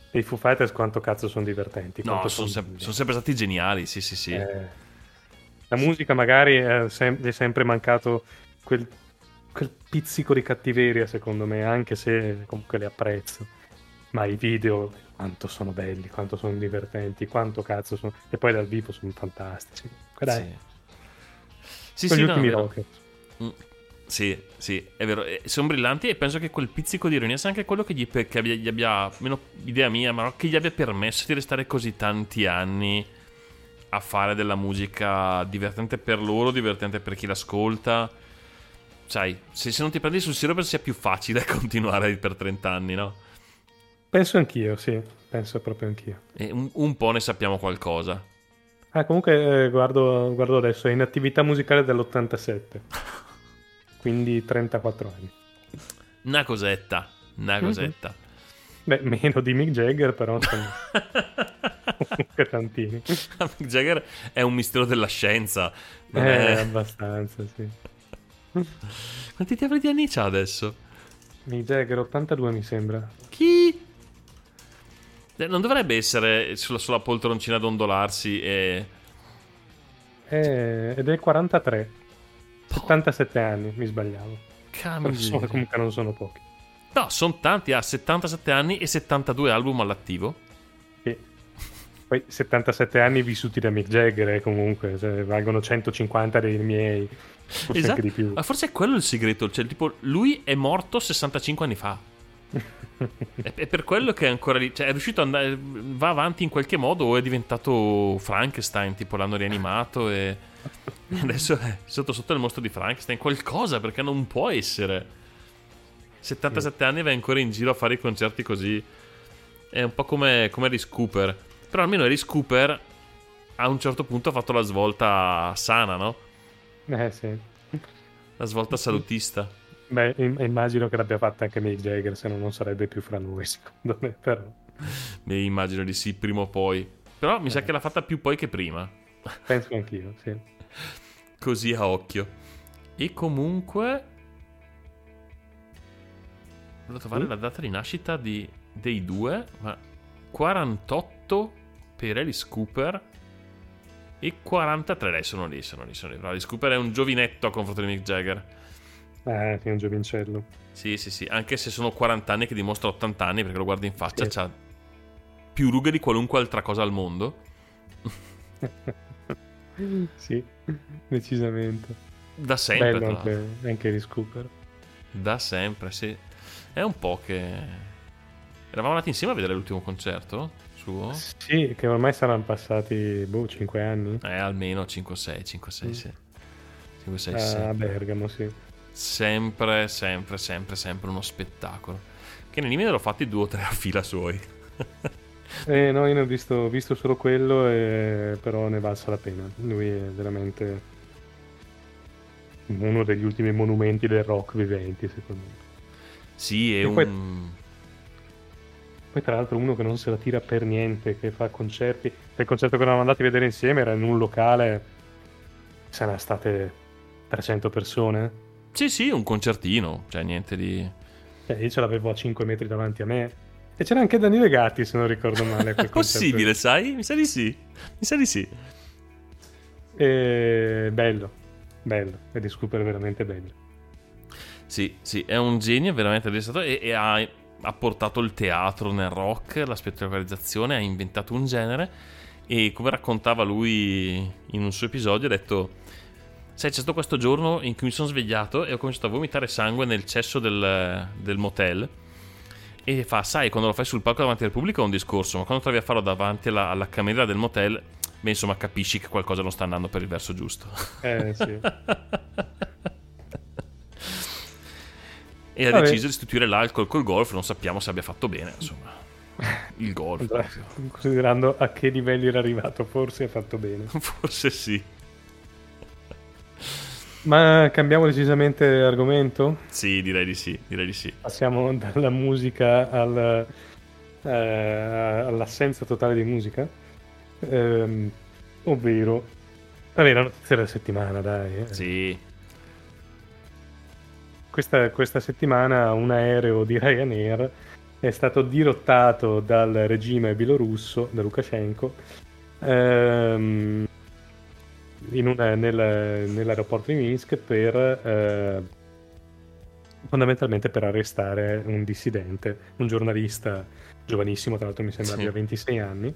E i Foo Fighters quanto cazzo sono divertenti. No, quanto sono sempre stati geniali, sì. La musica magari è sempre mancato quel pizzico di cattiveria, secondo me, anche se comunque li apprezzo. Ma i video, quanto sono belli, quanto sono divertenti, quanto cazzo sono... E poi dal vivo sono fantastici. Dai, Sì, sono sì, gli no, ultimi è vero. Rockets. Sì, è vero. Sono brillanti e penso che quel pizzico di ironia sia anche quello che gli abbia, meno idea mia, ma che gli abbia permesso di restare così tanti anni a fare della musica divertente per loro, divertente per chi l'ascolta. Sai, se non ti prendi sul serio penso sia più facile continuare per 30 anni, no? Penso anch'io, sì. Penso proprio anch'io. E un po' ne sappiamo qualcosa. Comunque guardo adesso, è in attività musicale dall'87. Quindi 34 anni. Una cosetta. Beh, meno di Mick Jagger, però insomma. Comunque tantini. Mick Jagger è un mistero della scienza. Non è... abbastanza, sì. Quanti diavoli di anni c'ha adesso? Mick Jagger 82 mi sembra. Chi? Non dovrebbe essere sulla poltroncina ad ondolarsi e... Ed è 43. 77 anni, mi sbagliavo. Comunque non sono pochi. No, sono tanti, ha 77 anni e 72 album all'attivo. E poi 77 anni vissuti da Mick Jagger, comunque, cioè, valgono 150 dei miei, forse Esatto. anche di più. Ma forse è quello il segreto, cioè tipo lui è morto 65 anni fa. È per quello che è ancora lì, cioè è riuscito ad andare, va avanti in qualche modo o è diventato Frankenstein, tipo l'hanno rianimato e adesso è sotto il mostro di Frankenstein, qualcosa, perché non può essere 77 anni e va ancora in giro a fare i concerti così. È un po' come Alice Cooper, però almeno Alice Cooper a un certo punto ha fatto la svolta sana, no? Sì. La svolta salutista. Beh, immagino che l'abbia fatta anche Mick Jagger, se no non sarebbe più fra noi, secondo me, però. Beh, immagino di sì, prima o poi. Però mi sa che l'ha fatta più poi che prima. Penso anch'io, sì. Così a occhio. E comunque volevo trovare la data di nascita dei due, ma 48 per Alice Cooper e 43 lei sono lì. Però Alice Cooper è un giovinetto a confronto di Mick Jagger. Sì, è un giovincello. Sì, anche se sono 40 anni che dimostra 80 anni, perché lo guardi in faccia, Sì. c'ha più rughe di qualunque altra cosa al mondo. Sì, decisamente. Da sempre, Bello tra l'altro. anche Alice Cooper. Da sempre, sì. È un po' che... Eravamo andati insieme a vedere l'ultimo concerto suo? Sì, che ormai saranno passati 5 anni. Almeno 5-6, sì. 5-6, sì. A Bergamo, sì. Sempre uno spettacolo. Che nei l'ho fatti 2 o 3 a fila suoi. No, io ne ho visto solo quello, però ne valsa la pena. Lui è veramente uno degli ultimi monumenti del rock viventi, secondo me. Sì, è E un... Poi tra l'altro uno che non se la tira per niente, che fa concerti. Il concerto che eravamo andati a vedere insieme era in un locale, saranno state 300 persone. Sì, un concertino, cioè niente di... Io ce l'avevo a 5 metri davanti a me. E c'era anche Daniele Gatti, se non ricordo male. È possibile, sai? Mi sa di sì. Bello. Alice Cooper è veramente bello. Sì, è un genio veramente stato e ha portato il teatro nel rock, la spettacolarizzazione, ha inventato un genere e come raccontava lui in un suo episodio ha detto: sai, c'è stato questo giorno in cui mi sono svegliato e ho cominciato a vomitare sangue nel cesso del motel. E fa, sai, quando lo fai sul palco davanti al pubblico è un discorso, ma quando trovi a farlo davanti alla cameriera del motel, beh, insomma, capisci che qualcosa non sta andando per il verso giusto. Sì. E ha deciso di sostituire l'alcol col golf. Non sappiamo se abbia fatto bene, insomma. Il golf. Considerando a che livelli era arrivato, forse ha fatto bene. Forse sì. Ma cambiamo decisamente argomento? Sì, direi di sì. Passiamo dalla musica all'assenza totale di musica. Ovvero, vabbè, la notizia della settimana, dai. Sì. Questa settimana un aereo di Ryanair è stato dirottato dal regime bielorusso, da Lukashenko, nell'aeroporto di Minsk fondamentalmente per arrestare un dissidente, un giornalista giovanissimo, tra l'altro mi sembra Sì. abbia 26 anni,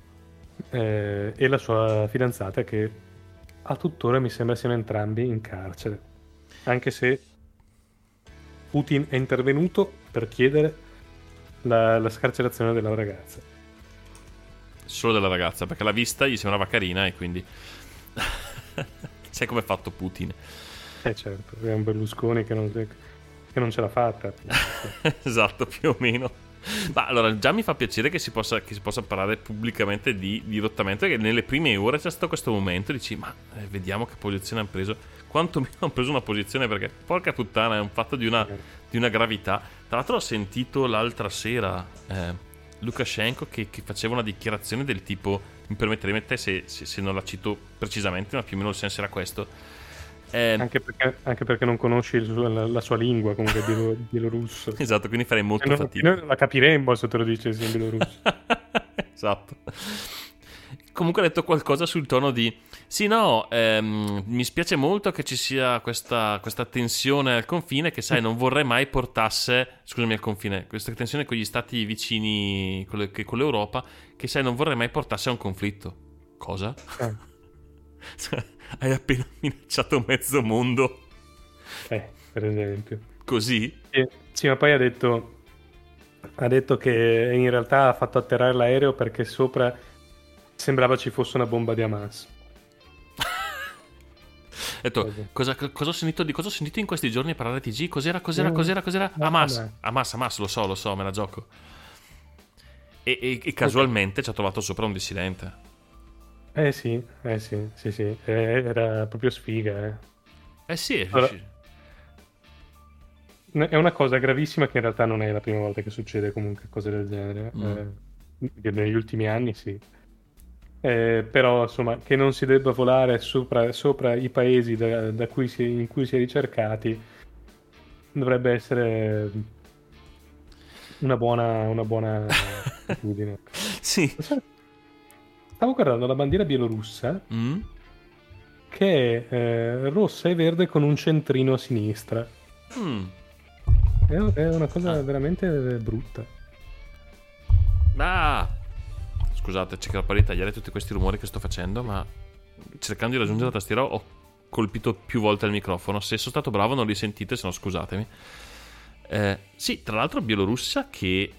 e la sua fidanzata, che a tuttora mi sembra siano entrambi in carcere, anche se Putin è intervenuto per chiedere la scarcerazione della ragazza. Solo della ragazza, perché l'ha vista, gli sembrava carina e quindi... Sai come è fatto Putin. Certo, è un Berlusconi che non ce l'ha fatta. Esatto, più o meno. Ma allora già mi fa piacere che si possa parlare pubblicamente di dirottamento, perché nelle prime ore c'è stato questo momento, dici ma vediamo che posizione hanno preso, quantomeno hanno preso una posizione, perché porca puttana è un fatto di una gravità. Tra l'altro ho sentito l'altra sera Lukashenko che faceva una dichiarazione del tipo, mi permetterei di mettere se non la cito precisamente, ma più o meno il senso era questo. Anche perché non conosci la sua lingua, comunque bielorusso. Esatto, quindi farei molto fatica. Noi la capiremmo se te lo dicessi in bielorusso. Esatto. Comunque ha detto qualcosa sul tono di sì, no, mi spiace molto che ci sia questa tensione al confine, che sai, non vorrei mai portasse, scusami, al confine, questa tensione con gli stati vicini, con l'Europa, che sai, non vorrei mai portasse a un conflitto. Cosa? Hai appena minacciato mezzo mondo. Per esempio. Così? Sì, ma poi ha detto che in realtà ha fatto atterrare l'aereo perché sopra sembrava ci fosse una bomba di Hamas. Ha detto, cosa ho sentito, di cosa ho sentito in questi giorni parlare TG? Cos'era? Hamas, lo so, me la gioco. E casualmente ci ha trovato sopra un dissidente. Sì. Era proprio sfiga, Sì. Allora, è una cosa gravissima che in realtà non è la prima volta che succede comunque cose del genere. Negli ultimi anni sì. Però insomma, che non si debba volare sopra i paesi in cui si è ricercati dovrebbe essere una buona abitudine. Sì. Stavo guardando la bandiera bielorussa che è rossa e verde con un centrino a sinistra. È una cosa veramente brutta. Scusate, cercherò poi di tagliare tutti questi rumori che sto facendo, ma cercando di raggiungere la tastiera ho colpito più volte il microfono. Se sono stato bravo non li sentite, se no scusatemi. Sì, tra l'altro Bielorussia che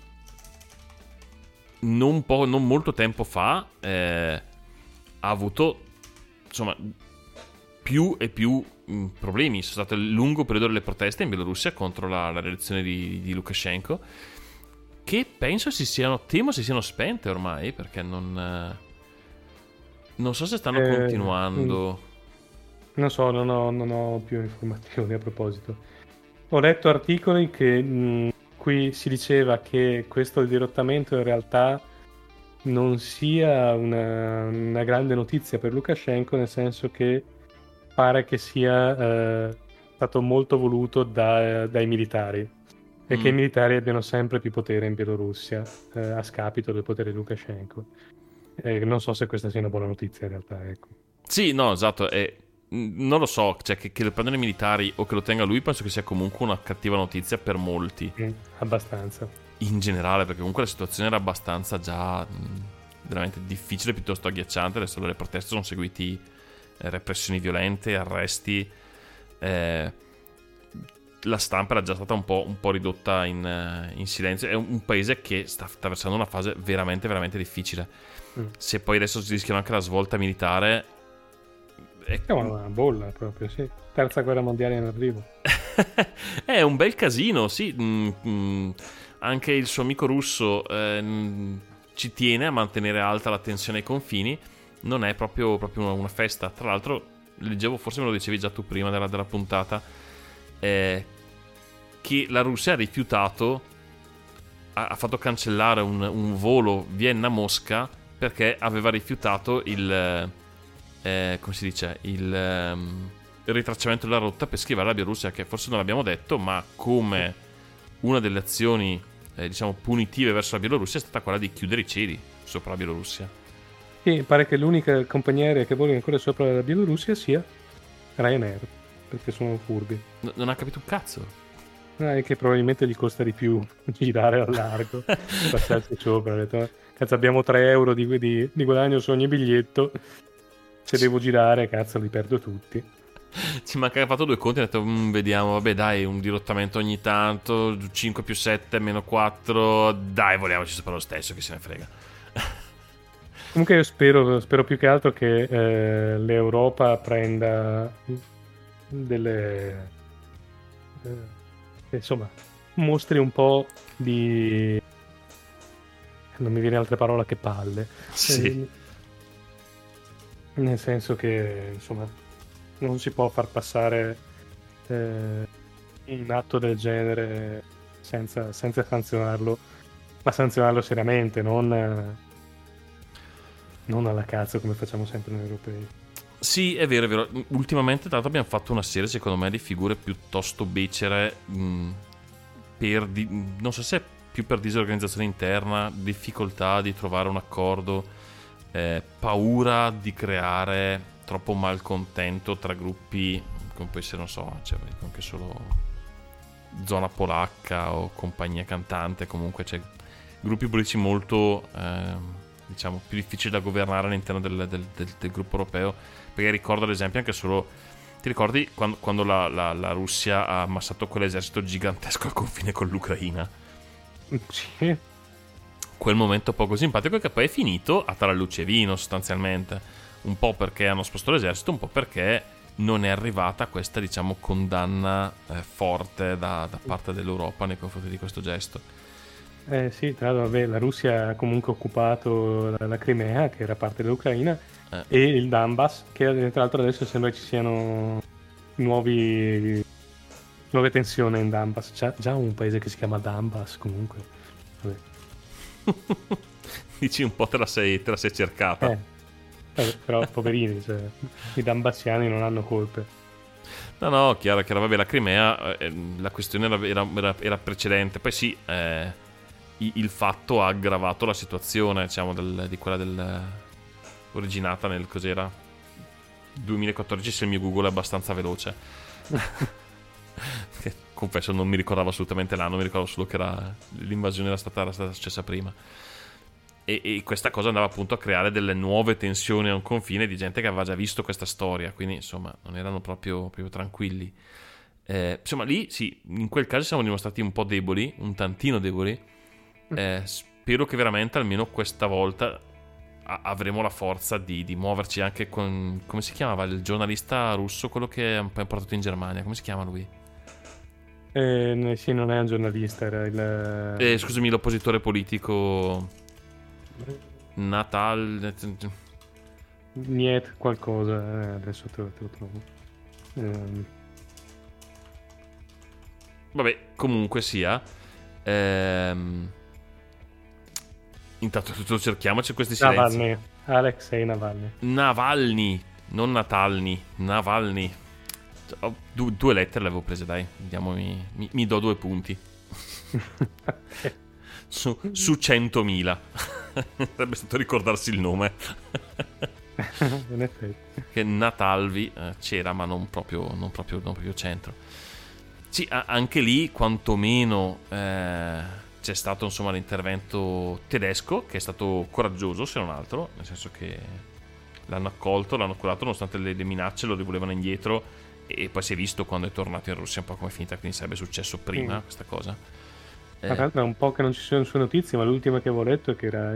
non molto tempo fa ha avuto insomma più e più problemi. Sono state un lungo periodo delle proteste in Bielorussia contro la rielezione di Lukashenko, che temo si siano spente ormai, perché non so se stanno continuando. Non so, non ho più informazioni a proposito. Ho letto articoli che qui si diceva che questo dirottamento in realtà non sia una grande notizia per Lukashenko, nel senso che pare che sia stato molto voluto dai militari e che i militari abbiano sempre più potere in Bielorussia a scapito del potere di Lukashenko. Non so se questa sia una buona notizia in realtà, ecco. Sì, no, esatto, non lo so, cioè che lo prendano i militari o che lo tenga lui, penso che sia comunque una cattiva notizia per molti. Abbastanza. In generale, perché comunque la situazione era abbastanza già veramente difficile, piuttosto agghiacciante. Adesso le proteste sono seguiti repressioni violente, arresti. La stampa era già stata un po' ridotta in silenzio. È un paese che sta attraversando una fase veramente, veramente difficile. Se poi adesso si rischiano anche la svolta militare, è una bolla proprio, sì. Terza guerra mondiale in arrivo. È un bel casino, sì. Anche il suo amico russo ci tiene a mantenere alta la tensione ai confini. Non è proprio una festa. Tra l'altro, leggevo, forse me lo dicevi già tu prima della puntata, che la Russia ha rifiutato, ha fatto cancellare un volo Vienna-Mosca perché aveva rifiutato il ritracciamento della rotta per schivare la Bielorussia, che forse non l'abbiamo detto, ma come una delle azioni diciamo punitive verso la Bielorussia è stata quella di chiudere i cieli sopra la Bielorussia. Sì, pare che l'unica compagnia aerea che vola ancora sopra la Bielorussia sia Ryanair, perché sono furbi. Non ha capito un cazzo. E che probabilmente gli costa di più girare al largo, passarsi sopra. Ha detto, cazzo, abbiamo 3 euro di guadagno su ogni biglietto, se devo girare, cazzo, li perdo tutti. Ci manca fatto 2 conti, ha detto vediamo, vabbè dai, un dirottamento ogni tanto, 5 più 7 meno 4, dai, voliamoci sopra lo stesso, che se ne frega. Comunque io spero più che altro che l'Europa prenda delle... insomma, mostri un po' di... non mi viene altra parola che palle. Sì. Nel senso che, insomma, non si può far passare un atto del genere senza sanzionarlo, ma sanzionarlo seriamente, non alla cazzo come facciamo sempre noi europei. Sì, è vero, è vero. Ultimamente, tra l'altro, abbiamo fatto una serie, secondo me, di figure piuttosto becere non so se è più per disorganizzazione interna, difficoltà di trovare un accordo, paura di creare troppo malcontento tra gruppi, come può essere, non so, cioè, anche solo zona polacca o compagnia cantante, comunque c'è gruppi politici molto diciamo più difficili da governare all'interno del gruppo europeo, perché ricordo ad esempio anche solo, ti ricordi quando la Russia ha ammassato quell'esercito gigantesco al confine con l'Ucraina? Sì. Quel momento poco simpatico che poi è finito a tarallucce e vino sostanzialmente, un po' perché hanno spostato l'esercito, un po' perché non è arrivata questa, diciamo, condanna forte da parte dell'Europa nei confronti di questo gesto. Sì, tra l'altro, vabbè, la Russia ha comunque occupato la Crimea, che era parte dell'Ucraina, e il Donbass, che tra l'altro adesso sembra ci siano nuove tensioni in Donbass. Già un paese che si chiama Donbass, comunque. Vabbè. Dici un po' te la sei cercata. Però poverini, cioè, i donbassiani non hanno colpe. No, chiaro, vabbè, la Crimea, la questione era precedente, poi sì, il fatto ha aggravato la situazione, diciamo, di quella originata nel, cos'era, 2014, se il mio Google è abbastanza veloce. Che, confesso, non mi ricordavo assolutamente l'anno, mi ricordo solo che l'invasione era stata successa prima. E questa cosa andava appunto a creare delle nuove tensioni a un confine di gente che aveva già visto questa storia, quindi insomma non erano proprio tranquilli. Insomma lì sì, in quel caso siamo dimostrati un po' deboli, un tantino deboli. Spero che veramente almeno questa volta avremo la forza di muoverci anche con, come si chiamava il giornalista russo, quello che è un po' importato in Germania, come si chiama lui? Sì, non è un giornalista, era il... scusami, l'oppositore politico... Natal Niet qualcosa, adesso te lo trovo. Vabbè, comunque sia, intanto lo cerchiamoci questi silenzi. Navalny, Alexei Navalny, non Natalny, Navalny. Due lettere le avevo prese, dai, mi do 2 punti. su 100.000. Sarebbe stato ricordarsi il nome. In effetti. Che Natalvi c'era, ma non proprio centro. Sì, anche lì quantomeno c'è stato, insomma, l'intervento tedesco, che è stato coraggioso, se non altro, nel senso che l'hanno accolto, l'hanno curato nonostante le minacce, lo rivolevano indietro, e poi si è visto quando è tornato in Russia un po' come è finita, quindi sarebbe successo prima questa cosa. Tra l'altro è un po' che non ci sono sue notizie, ma l'ultima che avevo letto è che era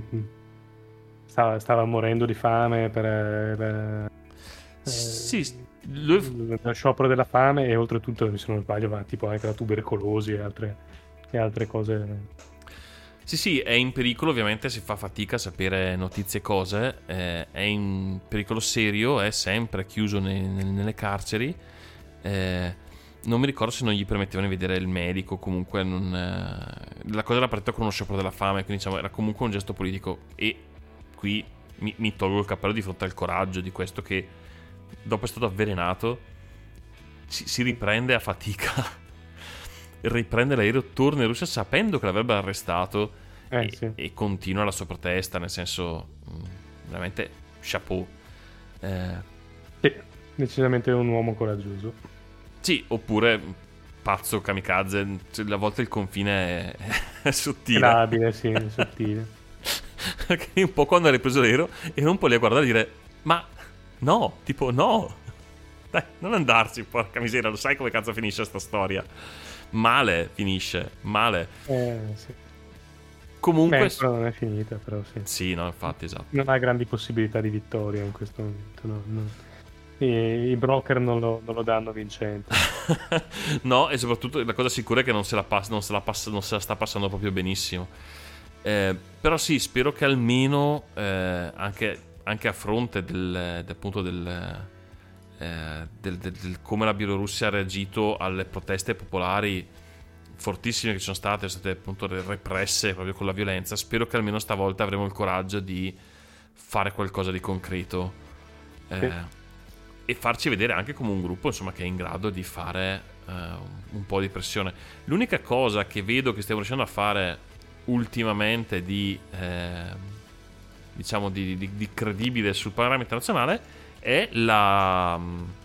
stava morendo di fame per sì, lo sciopero della fame, e oltretutto, se non sbaglio, va tipo anche la tubercolosi e altre cose. Sì, è in pericolo, ovviamente si fa fatica a sapere notizie e cose, è in pericolo serio, è sempre chiuso nelle carceri, non mi ricordo se non gli permettevano di vedere il medico, comunque la cosa era partita con uno sciopero della fame, quindi diciamo era comunque un gesto politico, e qui mi tolgo il cappello di fronte al coraggio di questo, che dopo è stato avvelenato si riprende a fatica riprende l'aereo, torna in Russia sapendo che l'avrebbe arrestato Sì. e continua la sua protesta, nel senso, veramente chapeau. Sì, decisamente un uomo coraggioso. Sì, oppure pazzo kamikaze, cioè, a volte il confine è sottile. Labile, sì, sottile. Perché un po' quando ha ripreso l'aereo e un po' lì a guardare e dire ma no, tipo no, dai, non andarci, porca miseria, lo sai come cazzo finisce sta storia? Male, finisce male. Sì. Comunque Però non è finita, però sì. sì, no, infatti, esatto. Non ha grandi possibilità di vittoria in questo momento, no. I broker non lo danno vincente. No, e soprattutto la cosa sicura è che non se la sta passando proprio benissimo. Però sì, spero che almeno anche a fronte del come la Bielorussia ha reagito alle proteste popolari fortissime che ci sono state appunto represse proprio con la violenza, spero che almeno stavolta avremo il coraggio di fare qualcosa di concreto, e farci vedere anche come un gruppo, insomma, che è in grado di fare un po' di pressione. L'unica cosa che vedo che stiamo riuscendo a fare ultimamente di diciamo di credibile sul panorama internazionale è la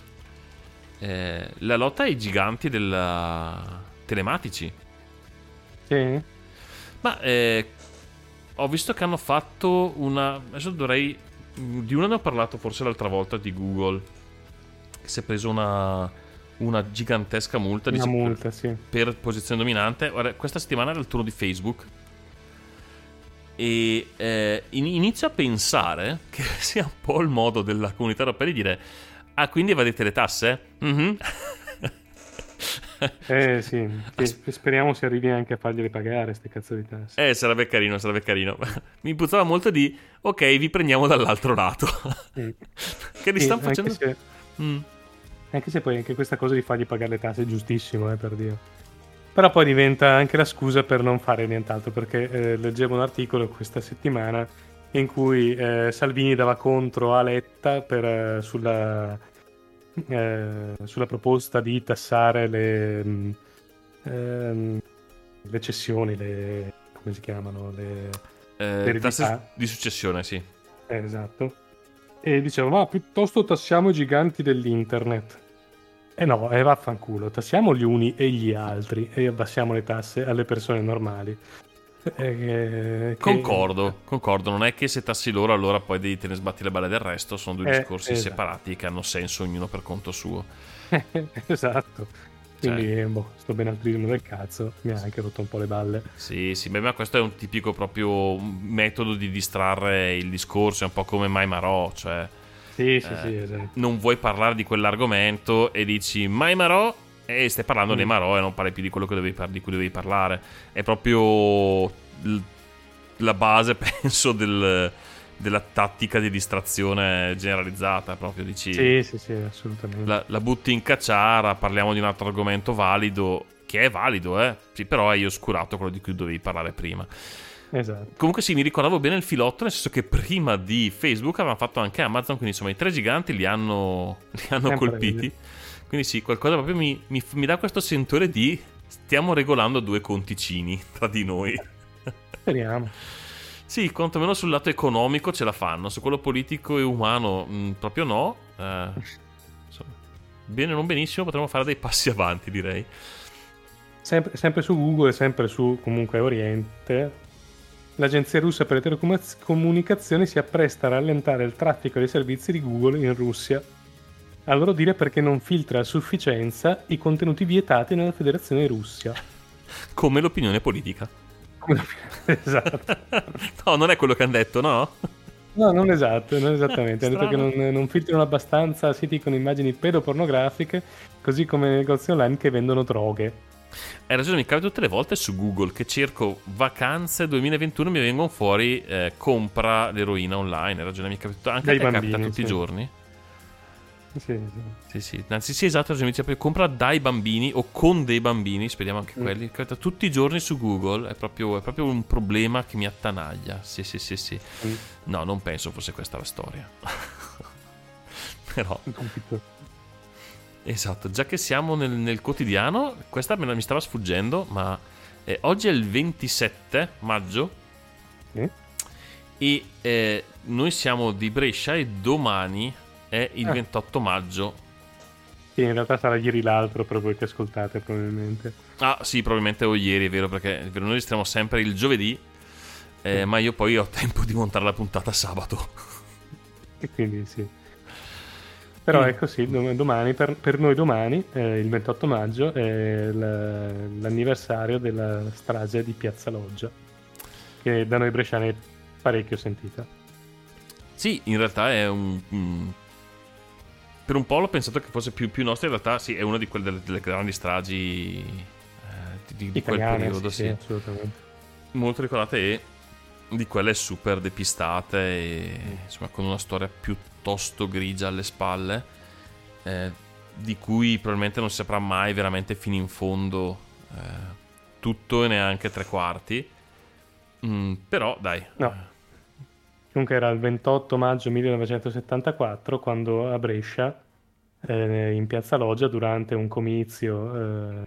lotta ai giganti telematici. Sì? Ma ho visto che hanno fatto adesso di una ne ho parlato forse l'altra volta, di Google, che si è preso una gigantesca multa, Una multa, sì. per posizione dominante. Guarda, questa settimana era il turno di Facebook e inizio a pensare che sia un po' il modo della comunità europea di dire quindi evadete le tasse? Mm-hmm. Sì, speriamo si arrivi anche a fargliele pagare queste cazzo di tasse. Sarebbe carino. Mi puzzava molto di ok, vi prendiamo dall'altro lato. Che li stanno facendo anche se poi anche questa cosa di fargli pagare le tasse è giustissimo, per Dio. Però poi diventa anche la scusa per non fare nient'altro, perché leggevo un articolo questa settimana in cui Salvini dava contro a Letta sulla proposta di tassare le cessioni, come si chiamano, le tasse di successione, sì. Esatto. E diceva, ma piuttosto tassiamo i giganti dell'internet. No, vaffanculo, tassiamo gli uni e gli altri e abbassiamo le tasse alle persone normali. Concordo, non è che se tassi loro allora poi te ne sbatti le balle del resto, sono due discorsi separati che hanno senso ognuno per conto suo. Esatto. Quindi sto benaltrismo del cazzo mi ha anche rotto un po' le balle. Sì, ma questo è un tipico proprio metodo di distrarre il discorso, è un po' come Mai Marò, cioè sì, esatto. Non vuoi parlare di quell'argomento e dici Mai Marò e stai parlando dei Marò e non parli più di quello di cui dovevi parlare. È proprio la base, penso, della tattica di distrazione generalizzata. Proprio dici sì, assolutamente. La butti in cacciara, parliamo di un altro argomento valido, che è valido, sì, però hai oscurato quello di cui dovevi parlare prima. Esatto. Comunque sì, mi ricordavo bene il filotto, nel senso che prima di Facebook avevano fatto anche Amazon, quindi insomma i tre giganti li hanno colpiti. Quindi sì, qualcosa proprio mi dà questo sentore di stiamo regolando due conticini tra di noi. Speriamo. Sì, quantomeno sul lato economico ce la fanno, su quello politico e umano proprio no. Insomma, bene o non benissimo, potremmo fare dei passi avanti, direi. Sempre su Google e sempre su comunque Oriente, l'agenzia russa per le telecomunicazioni si appresta a rallentare il traffico dei servizi di Google in Russia. A loro dire perché non filtra a sufficienza i contenuti vietati nella Federazione Russia. Come l'opinione politica. Esatto. No, non è quello che hanno detto, no? No, non esattamente. Hanno detto che non filtrano abbastanza siti con immagini pedopornografiche, così come negozi online che vendono droghe. Hai ragione, mi capita tutte le volte su Google che cerco vacanze 2021 mi vengono fuori compra l'eroina online. Hai ragione, mi capita anche a te capita tutti i giorni. Sì. Anzi, sì, esatto, mi dice compra dai bambini o con dei bambini, speriamo anche quelli. Capita tutti i giorni su Google, è proprio un problema che mi attanaglia. Sì. No, non penso fosse questa la storia. Però Esatto, già che siamo nel quotidiano, questa mi stava sfuggendo, ma oggi è il 27 maggio e noi siamo di Brescia e domani è il 28 maggio. Sì, in realtà sarà ieri l'altro per voi che ascoltate probabilmente. Ah sì, probabilmente o ieri, è vero, perché noi registriamo sempre il giovedì, ma io poi ho tempo di montare la puntata sabato. E quindi sì. Però ecco sì, domani, per noi domani, il 28 maggio, è l'anniversario della strage di Piazza Loggia, che da noi bresciani è parecchio sentita. Sì, in realtà è per un po' l'ho pensato che fosse più nostra, in realtà sì, è una di quelle delle grandi stragi di quel periodo, sì. Assolutamente. Molto ricordate e di quelle super depistate e insomma con una storia piuttosto grigia alle spalle, di cui probabilmente non si saprà mai veramente fino in fondo tutto e neanche tre quarti. Però dai, no. Comunque era il 28 maggio 1974 quando a Brescia, in Piazza Loggia, durante un comizio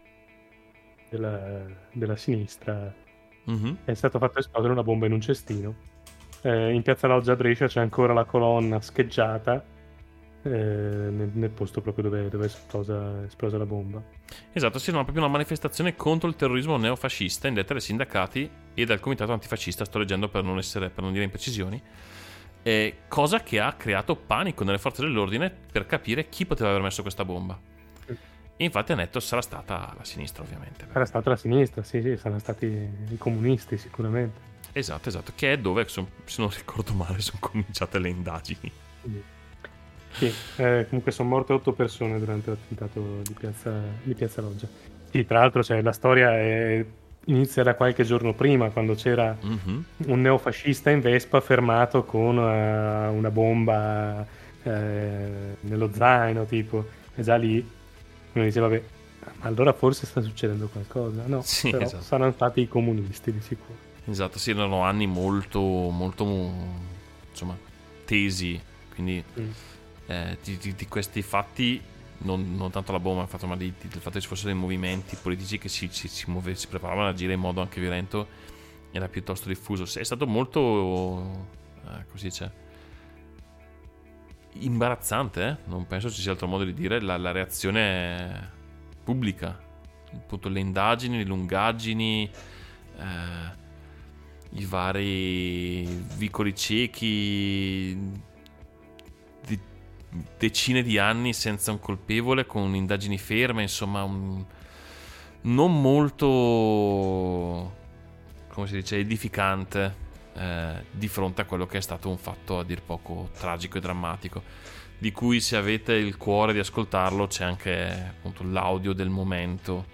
della sinistra, è stato fatto esplodere una bomba in un cestino. In Piazza Loggia a Brescia c'è ancora la colonna scheggiata nel posto proprio dove è esplosa la bomba. Esatto, sì, no, proprio una manifestazione contro il terrorismo neofascista indetta dai sindacati e dal comitato antifascista, sto leggendo per non dire imprecisioni, cosa che ha creato panico nelle forze dell'ordine per capire chi poteva aver messo questa bomba. E infatti hanno detto sarà stata la sinistra, ovviamente. Sarà stata la sinistra, sì, saranno stati i comunisti sicuramente. Esatto, che è dove, se non ricordo male, sono cominciate le indagini. Sì, comunque sono morte 8 persone durante l'attentato di Piazza Loggia. Sì, tra l'altro la storia inizia da qualche giorno prima, quando c'era un neofascista in Vespa fermato con una bomba nello zaino, tipo, e già lì uno diceva, vabbè, allora forse sta succedendo qualcosa. No, sì, però esatto. saranno stati i comunisti di sicuro. Esatto, sì, erano anni molto, molto, insomma, tesi, quindi di questi fatti, non tanto la bomba, ma del fatto che ci fossero dei movimenti politici che si preparavano a agire in modo anche violento, era piuttosto diffuso. È stato molto, come si dice, imbarazzante, non penso ci sia altro modo di dire, la reazione pubblica, appunto le indagini, le lungaggini, i vari vicoli ciechi, decine di anni senza un colpevole, con indagini ferme, insomma non molto, come si dice, edificante di fronte a quello che è stato un fatto a dir poco tragico e drammatico, di cui, se avete il cuore di ascoltarlo, c'è anche appunto l'audio del momento,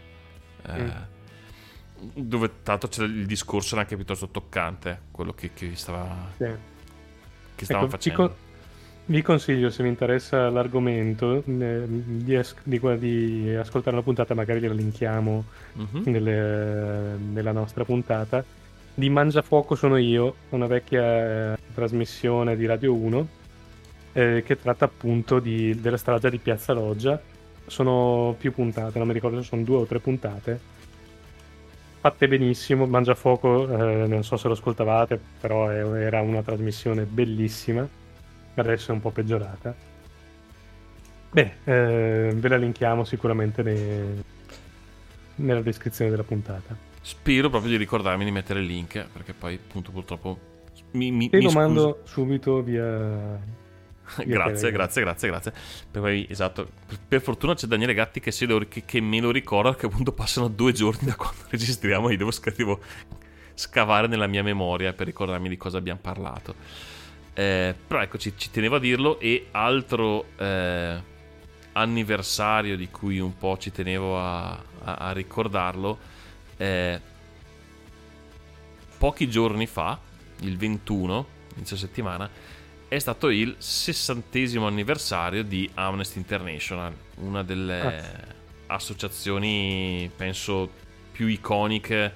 dove tra l'altro c'è il discorso anche piuttosto toccante, quello che stavano facendo. Vi consiglio, se vi interessa l'argomento, di ascoltare la puntata, magari la linkiamo nella nostra puntata, di Mangiafuoco sono io, una vecchia trasmissione di Radio 1 che tratta appunto della strage di Piazza Loggia. Sono più puntate, non mi ricordo se sono 2 o 3 puntate, fatte benissimo. Mangiafuoco, non so se lo ascoltavate, però era una trasmissione bellissima. Adesso è un po' peggiorata. Ve la linkiamo sicuramente nella descrizione della puntata. Spero proprio di ricordarmi di mettere il link, perché poi appunto purtroppo mi lo mando subito via grazie. Poi, esatto, per fortuna c'è Daniele Gatti che me lo ricorda, che appunto passano 2 giorni da quando registriamo e devo scavare nella mia memoria per ricordarmi di cosa abbiamo parlato. Però ecco, ci tenevo a dirlo. E altro anniversario di cui un po' ci tenevo a ricordarlo, pochi giorni fa, il 21, inizio settimana, è stato il 60° anniversario di Amnesty International, una delle associazioni penso più iconiche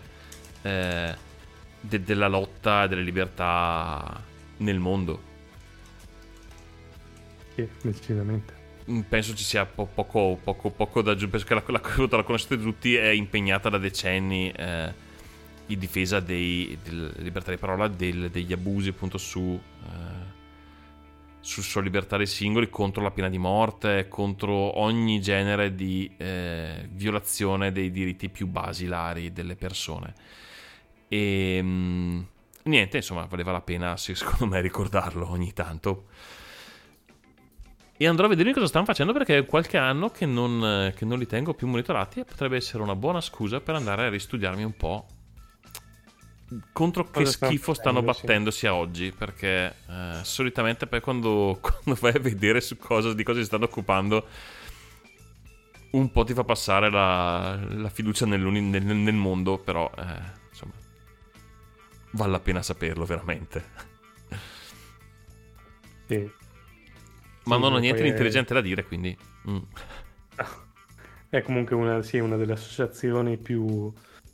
della lotta delle libertà nel mondo. Sì, decisamente. penso ci sia poco da aggiungere. Penso che la conoscete tutti, è impegnata da decenni in difesa della libertà di parola, degli abusi appunto sulla libertà dei singoli, contro la pena di morte, contro ogni genere di violazione dei diritti più basilari delle persone. E niente, insomma, valeva la pena, secondo me, ricordarlo ogni tanto. E andrò a vedere cosa stanno facendo, perché è qualche anno che non li tengo più monitorati, e potrebbe essere una buona scusa per andare a ristudiarmi un po' contro che schifo stanno battendosi a oggi, perché solitamente poi quando vai a vedere di cosa si stanno occupando, un po' ti fa passare la fiducia nel mondo, però insomma vale la pena saperlo veramente. Sì. Ma non ho niente di intelligente da dire, quindi è comunque una delle associazioni più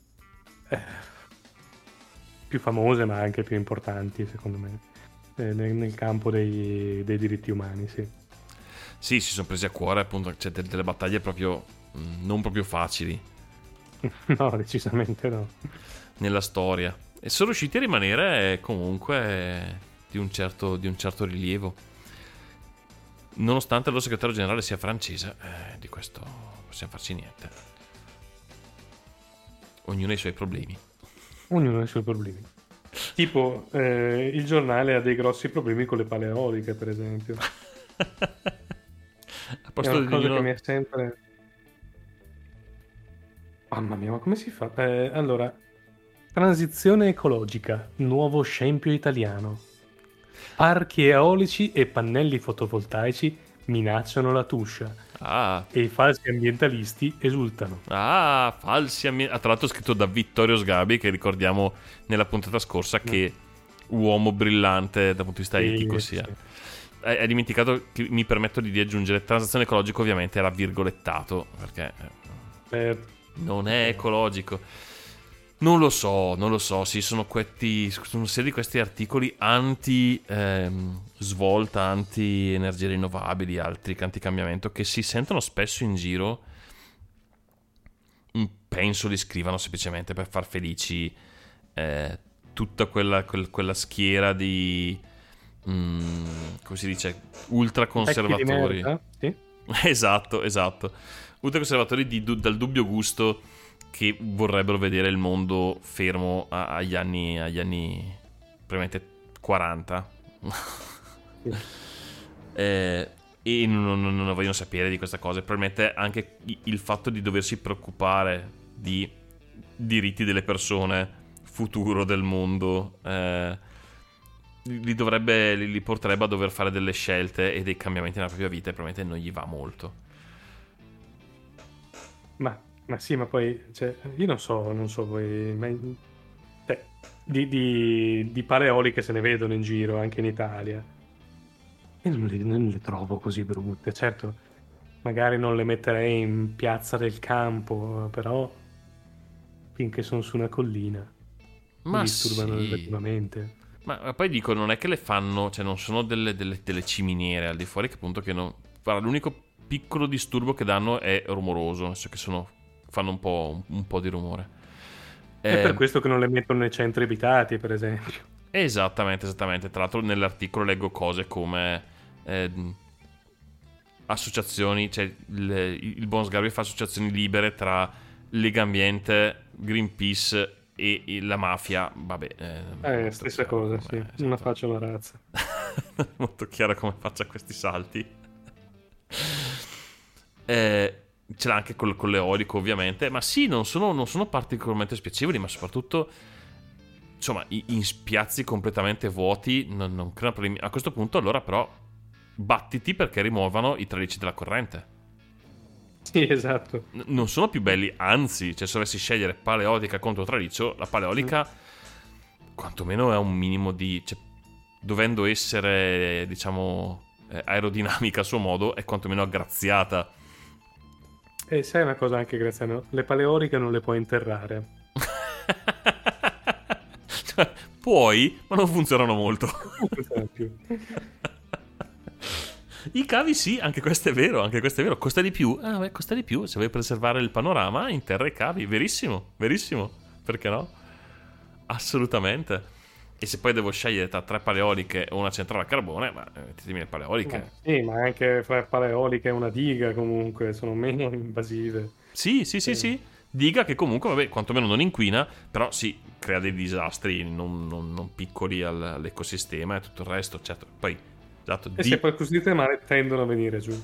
famose, ma anche più importanti, secondo me, nel campo dei diritti umani, sì. Sì, si sono presi a cuore, appunto, c'è delle battaglie proprio non proprio facili. No, decisamente no. Nella storia. E sono riusciti a rimanere comunque di un certo rilievo. Nonostante il loro segretario generale sia francese, di questo non possiamo farci niente. Ognuno ha i suoi problemi. Ognuno ha i suoi problemi. Tipo, il giornale ha dei grossi problemi con le pale eoliche, per esempio. A posto è una cosa di che mi è sempre... Mamma mia, ma come si fa? Allora, transizione ecologica, nuovo scempio italiano. Parchi eolici e pannelli fotovoltaici minacciano la Tuscia. E i falsi ambientalisti esultano. Falsi ambientalisti. Tra l'altro scritto da Vittorio Sgabi, che ricordiamo nella puntata scorsa che uomo brillante dal punto di vista etico sia. Sì. Hai dimenticato che mi permetto di aggiungere transizione ecologica, ovviamente era virgolettato, perché non è ecologico. Non lo so, sì, sono una serie di questi articoli anti svolta, anti energie rinnovabili, altri anti-cambiamento, che si sentono spesso in giro. Penso li scrivano semplicemente per far felici tutta quella schiera di come si dice, ultraconservatori. Sì. Esatto, ultraconservatori dal dubbio gusto, che vorrebbero vedere il mondo fermo agli anni probabilmente 40. E non vogliono sapere di questa cosa. Probabilmente anche il fatto di doversi preoccupare di diritti delle persone, futuro del mondo, li porterebbe a dover fare delle scelte e dei cambiamenti nella propria vita, e probabilmente non gli va molto. Ma sì, ma poi, cioè, io non so voi, ma di pale eoliche se ne vedono in giro anche in Italia. Io non le trovo così brutte. Certo, magari non le metterei in piazza del campo, però finché sono su una collina mi disturbano negativamente. Ma poi dico, non è che le fanno, cioè non sono delle ciminiere al di fuori, che appunto che non... Guarda, l'unico piccolo disturbo che danno è rumoroso, nel senso che fanno un po' di rumore. È per questo che non le mettono nei centri abitati, per esempio. Esattamente. Tra l'altro nell'articolo leggo cose come associazioni, cioè il buon Sgarbi fa associazioni libere tra Lega Ambiente, Greenpeace e la mafia. Vabbè, stessa cosa, sì. Esatto. Una faccia una razza. Molto chiaro come faccia questi salti. Ce l'ha anche con l'eolico, ovviamente. Ma sì, non sono particolarmente spiacevoli, ma soprattutto, insomma, in spiazzi completamente vuoti non creano problemi. A questo punto, allora, però, battiti perché rimuovano i tralicci della corrente. Sì, esatto. Non sono più belli, anzi, cioè, se dovessi scegliere paleolica contro traliccio, la paleolica quantomeno è un minimo di... Cioè, dovendo essere, diciamo, aerodinamica a suo modo, è quantomeno aggraziata. E sai una cosa anche, Graziano? Le paleoliche non le puoi interrare. Puoi, ma non funzionano molto. Non funziona più. I cavi sì, anche questo è vero, costa di più. Ah, beh, costa di più, se vuoi preservare il panorama, interra i cavi, verissimo, perché no? Assolutamente. E se poi devo scegliere tra 3 paleoliche o una centrale a carbone, ma mettetemi le paleoliche. Sì, ma anche fra paleoliche e una diga comunque sono meno invasive. Sì. Diga che comunque, vabbè, quantomeno non inquina, però sì, crea dei disastri non piccoli all'ecosistema e tutto il resto, certo. Poi, esatto, E se poi costruite male tendono a venire giù.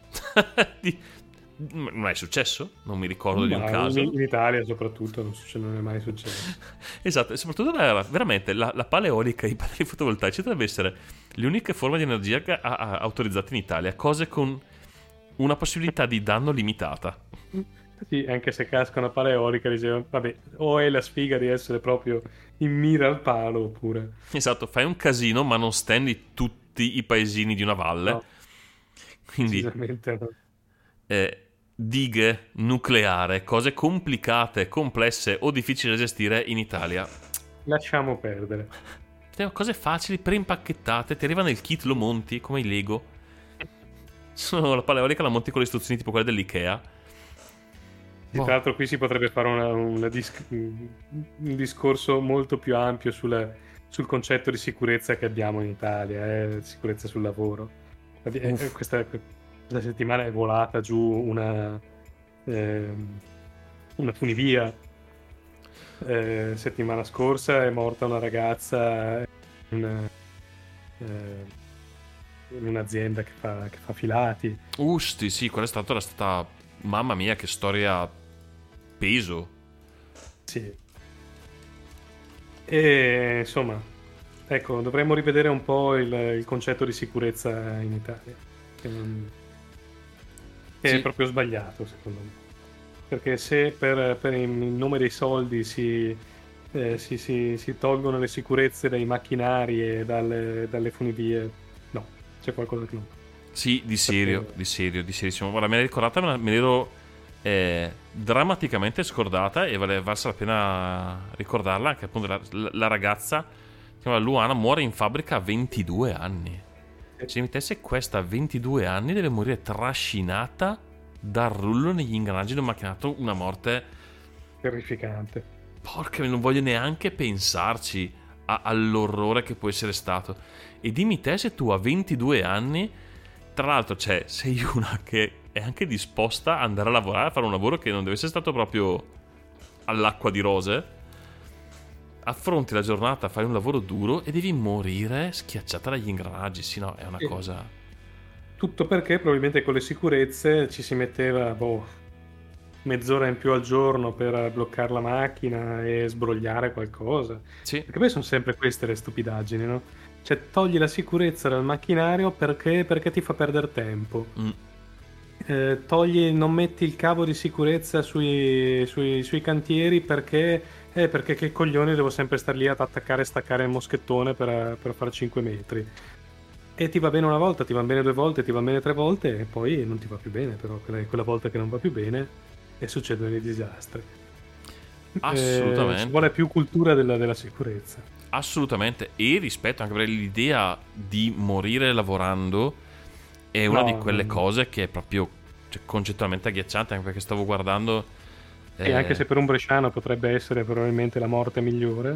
Non è successo? Non mi ricordo di un Ma caso. in Italia soprattutto non è mai successo. Esatto, e soprattutto veramente la paleolica, i pannelli fotovoltaici dovrebbe essere le uniche forme di energia autorizzate in Italia, cose con una possibilità di danno limitata. Sì, anche se cascano a paleolica, dicevo, vabbè, o hai la sfiga di essere proprio in mira al palo, oppure... Esatto, fai un casino ma non stendi tutti i paesini di una valle. No, Quindi decisamente no. dighe, nucleare, cose complicate, complesse o difficili da gestire in Italia. Lasciamo perdere. Cose facili, preimpacchettate, ti arriva nel kit, lo monti come i Lego. La paleolica la monti con le istruzioni tipo quelle dell'Ikea. Tra l'altro qui si potrebbe fare un discorso molto più ampio sul concetto di sicurezza che abbiamo in Italia, sicurezza sul lavoro. Questa settimana è volata giù una funivia. Settimana scorsa è morta una ragazza in un'azienda che fa filati. Sì, quella era stata... Mamma mia, che storia peso. Sì. E insomma, ecco, dovremmo rivedere un po' il concetto di sicurezza in Italia, che Sì. è proprio sbagliato secondo me, perché se per il nome dei soldi si tolgono le sicurezze dai macchinari e dalle funivie, no, c'è qualcosa che non va. Sì, di serissimo. Guarda, me l'hai ricordata, me l'ero drammaticamente scordata e valsa la pena ricordarla, anche appunto la ragazza, si chiama Luana, muore in fabbrica a 22 anni. Se mi mettesse questa a 22 anni deve morire trascinata dal rullo negli ingranaggi di un macchinato, una morte Terrificante. porca, non voglio neanche pensarci all'orrore che può essere stato. E dimmi te se tu a 22 anni, tra l'altro, sei una che è anche disposta ad andare a lavorare, a fare un lavoro che non deve essere stato proprio all'acqua di rose, affronti la giornata, fai un lavoro duro e devi morire schiacciata dagli ingranaggi. Sì, no, è una cosa... Tutto perché probabilmente con le sicurezze ci si metteva mezz'ora in più al giorno per bloccare la macchina e sbrogliare qualcosa. Sì. Perché poi sono sempre queste le stupidaggini, no? Cioè, togli la sicurezza dal macchinario perché ti fa perdere tempo. Non metti il cavo di sicurezza sui cantieri perché che coglioni, devo sempre star lì ad attaccare e staccare il moschettone per fare 5 metri. E ti va bene una volta, ti va bene 2 volte, ti va bene 3 volte e poi non ti va più bene, però quella volta che non va più bene e succedono i disastri. Assolutamente. Ci vuole più cultura della sicurezza. Assolutamente, e rispetto anche per l'idea di morire lavorando è una di quelle cose che è proprio concettualmente agghiacciante, anche perché stavo guardando e anche se per un bresciano potrebbe essere probabilmente la morte migliore.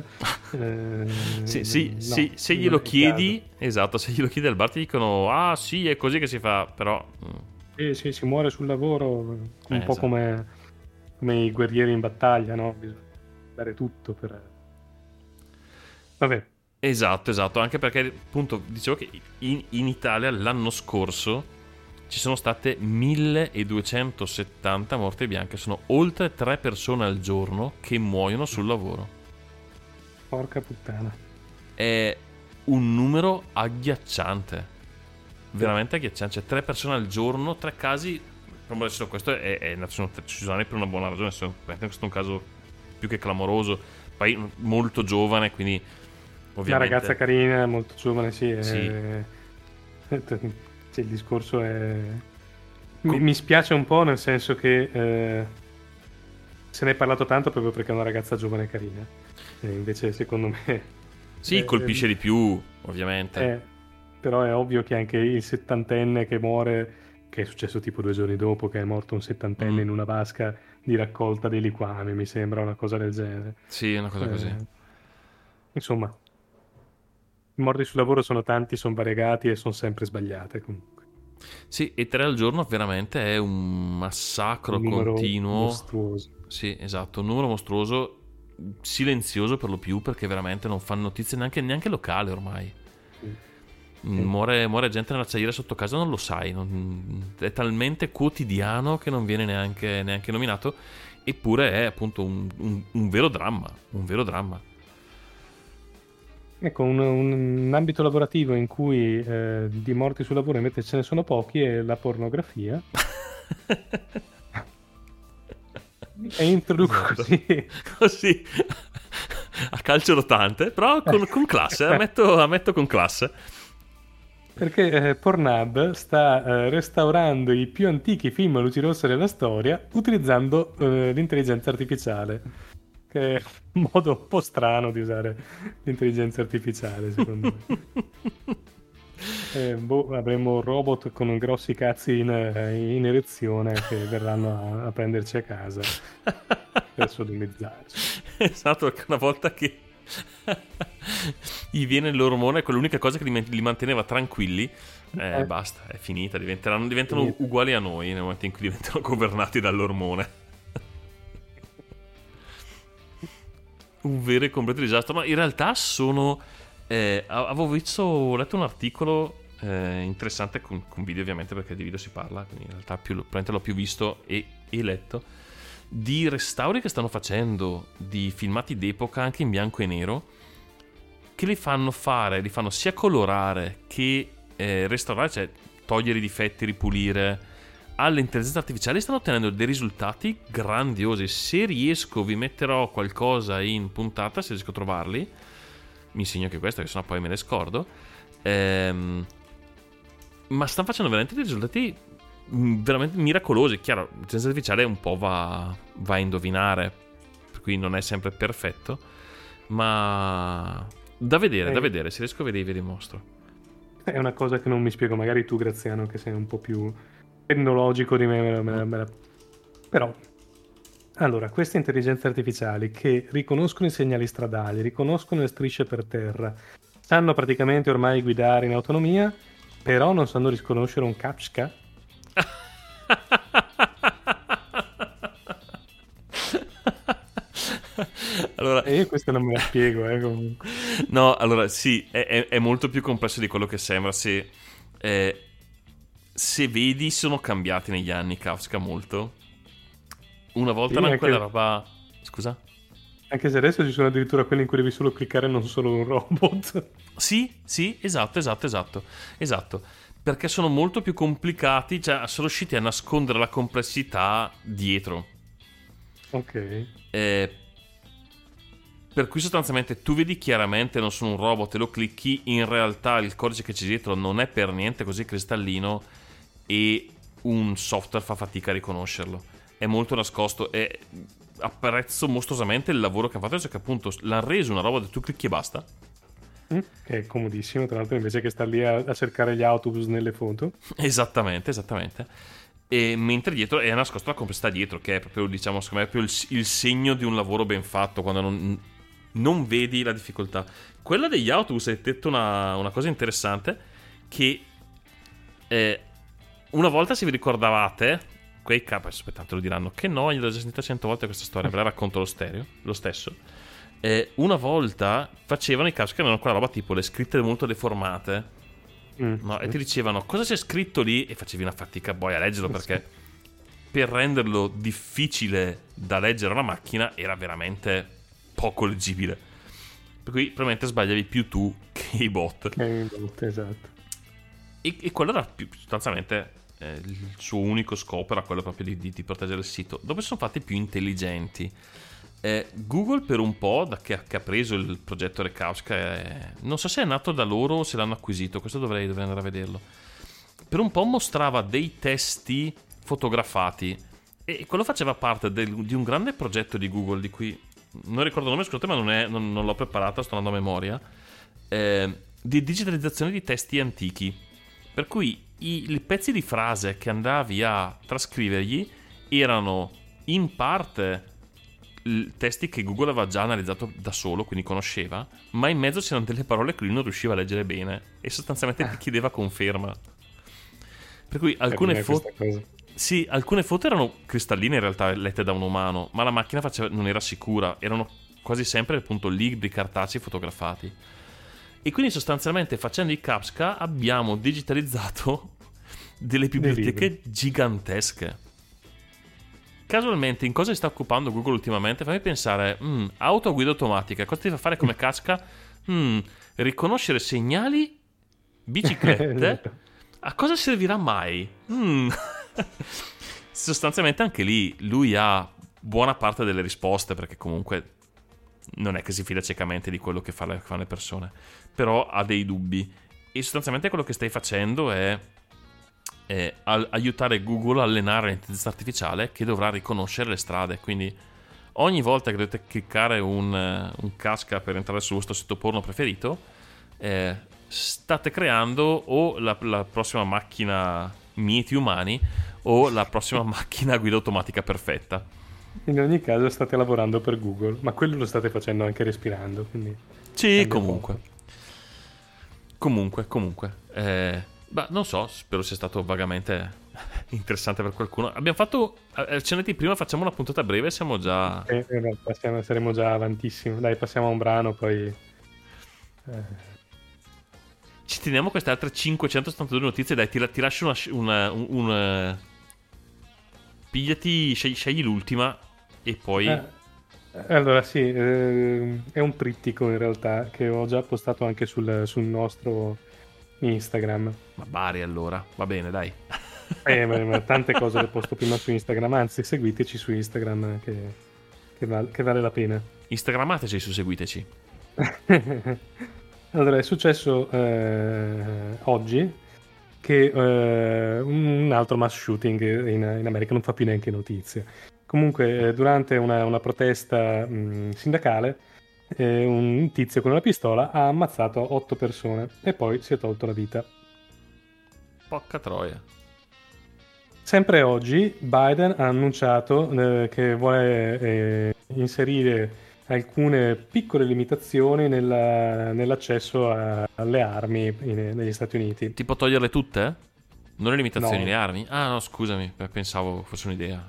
Se glielo chiedi, esatto, se glielo chiedi al bar ti dicono ah sì, è così che si fa, però sì, si muore sul lavoro un po' esatto. come i guerrieri in battaglia, no? Bisogna dare tutto per... Vabbè. Esatto, anche perché appunto dicevo che in Italia l'anno scorso ci sono state 1270 morti bianche, sono oltre 3 persone al giorno che muoiono sul lavoro. Porca puttana. È un numero agghiacciante, veramente agghiacciante, cioè 3 persone al giorno, 3 casi, adesso questo sono uccisioni per una buona ragione, questo è un caso più che clamoroso, poi molto giovane, quindi ovviamente... Una ragazza carina, molto giovane, sì. Il discorso è... Mi spiace un po', nel senso che se ne è parlato tanto proprio perché è una ragazza giovane e carina. Invece secondo me... Sì, colpisce di più, ovviamente. però è ovvio che anche il settantenne che muore, che è successo tipo 2 giorni dopo, che è morto un settantenne in una vasca di raccolta dei liquami, mi sembra una cosa del genere. Sì, è una cosa così. Insomma, i morti sul lavoro sono tanti, sono variegati e sono sempre sbagliate comunque. Sì, e 3 al giorno veramente è un massacro Un numero continuo. mostruoso. Sì, esatto, un numero mostruoso, silenzioso per lo più, perché veramente non fanno notizie neanche locali ormai. Muore gente nell'acciaiera sotto casa, non lo sai, è talmente quotidiano che non viene neanche nominato, eppure è appunto un vero dramma, un vero dramma. Ecco, un ambito lavorativo in cui di morti sul lavoro invece ce ne sono pochi è la pornografia. E introduco così a calcio rotante, però con classe, ammetto con classe. Perché Pornhub sta restaurando i più antichi film a luci rosse della storia utilizzando l'intelligenza artificiale, che è un modo un po' strano di usare l'intelligenza artificiale, secondo me. Avremo robot con grossi cazzi in erezione che verranno a prenderci a casa per sodomizzarci. Esatto, perché una volta che gli viene l'ormone, quell'unica cosa che li manteneva tranquilli, basta, è finita, diventano uguali a noi nel momento in cui diventano governati dall'ormone. Un vero e completo disastro. Ma in realtà sono ho letto un articolo interessante con video, ovviamente, perché di video si parla, quindi in realtà probabilmente l'ho più visto e letto, di restauri che stanno facendo di filmati d'epoca anche in bianco e nero, che li fanno sia colorare che restaurare, cioè togliere i difetti, ripulire, all'intelligenza artificiale. Stanno ottenendo dei risultati grandiosi. Se riesco vi metterò qualcosa in puntata, se riesco a trovarli, mi segno che questo, che sennò poi me ne scordo. Ma stanno facendo veramente dei risultati veramente miracolosi. Chiaro, l'intelligenza artificiale un po' va a indovinare, per cui non è sempre perfetto, ma da vedere, se riesco a vedere vi dimostro. È una cosa che non mi spiego, magari tu, Graziano, che sei un po' più tecnologico di me, però allora, queste intelligenze artificiali che riconoscono i segnali stradali, riconoscono le strisce per terra, sanno praticamente ormai guidare in autonomia, però non sanno riconoscere un captcha. Allora, e io questo non me la spiego, comunque. No, allora sì, è molto più complesso di quello che sembra. Se vedi, sono cambiati negli anni Kafka molto. Una volta era quella roba. Scusa? Anche se adesso ci sono addirittura quelli in cui devi solo cliccare, non solo un robot. Sì, esatto. Perché sono molto più complicati, cioè sono riusciti a nascondere la complessità dietro. Ok. Per cui sostanzialmente tu vedi chiaramente non sono un robot e lo clicchi, in realtà il codice che c'è dietro non è per niente così cristallino e un software fa fatica a riconoscerlo. È molto nascosto e apprezzo mostruosamente il lavoro che ha fatto, perché appunto l'ha reso una roba che tu clicchi e basta. Che è comodissimo, tra l'altro, invece che star lì a cercare gli autobus nelle foto. Esattamente. E mentre dietro è nascosta la complessità dietro, che è proprio, diciamo, secondo me è proprio il segno di un lavoro ben fatto, quando non vedi la difficoltà. Quella degli autobus, hai detto una cosa interessante, che una volta, se vi ricordavate, quei capi, aspettate, lo diranno che no, io l'ho già sentita 100 volte questa storia, ve la racconto lo stesso. Una volta facevano i capi che avevano quella roba tipo le scritte molto deformate, no? E ti dicevano cosa c'è scritto lì e facevi una fatica poi a leggerlo, perché per renderlo difficile da leggere alla macchina era veramente poco leggibile, per cui probabilmente sbagliavi più tu che i bot. Esatto. E quello era più, sostanzialmente, il suo unico scopo era quello proprio di proteggere il sito. Dopo si sono fatti più intelligenti. Google per un po', da che ha preso il progetto Rekauska, non so se è nato da loro o se l'hanno acquisito, questo dovrei andare a vederlo. Per un po' mostrava dei testi fotografati e quello faceva parte di un grande progetto di Google, di cui non ricordo il nome, scusate, ma non l'ho preparato, sto andando a memoria, di digitalizzazione di testi antichi, per cui i pezzi di frase che andavi a trascrivergli erano in parte testi che Google aveva già analizzato da solo, quindi conosceva, ma in mezzo c'erano delle parole che lui non riusciva a leggere bene e sostanzialmente ti chiedeva conferma. Per cui alcune foto, sì, alcune foto erano cristalline in realtà, lette da un umano, ma la macchina non era sicura, erano quasi sempre appunto libri cartacei fotografati. E quindi sostanzialmente facendo i CAPTCHA abbiamo digitalizzato delle biblioteche gigantesche. Casualmente, in cosa si sta occupando Google ultimamente? Fammi pensare, auto a guida automatica, cosa ti fa fare come CAPTCHA? Riconoscere segnali, biciclette, a cosa servirà mai? Sostanzialmente anche lì lui ha buona parte delle risposte, perché comunque non è che si fida ciecamente di quello che fanno le persone, però ha dei dubbi, e sostanzialmente quello che stai facendo è aiutare Google a allenare l'intelligenza artificiale che dovrà riconoscere le strade. Quindi ogni volta che dovete cliccare un CAPTCHA per entrare sul vostro sito porno preferito, state creando o la prossima macchina mieti umani o la prossima macchina a guida automatica perfetta. In ogni caso state lavorando per Google, ma quello lo state facendo anche respirando, quindi sì, comunque. Beh, non so, spero sia stato vagamente interessante per qualcuno. Abbiamo fatto accennati prima, facciamo una puntata breve, siamo già in realtà saremo già avantissimo. Dai, passiamo a un brano, poi ci teniamo queste altre 572 notizie. Dai, ti lascio una pigliati, scegli l'ultima e poi allora sì, è un trittico in realtà che ho già postato anche sul nostro Instagram. Ma Bari, allora va bene, dai. Ma tante cose le posto prima su Instagram, anzi seguiteci su Instagram che vale la pena. Instagrammateci su seguiteci. Allora è successo oggi che un altro mass shooting in America, non fa più neanche notizia. Comunque durante una protesta sindacale un tizio con una pistola ha ammazzato 8 persone e poi si è tolto la vita. Porca troia. Sempre oggi Biden ha annunciato che vuole inserire alcune piccole limitazioni nell'accesso alle armi negli Stati Uniti. Tipo toglierle tutte? Non le limitazioni, no. Le armi? Ah no, scusami, pensavo fosse un'idea.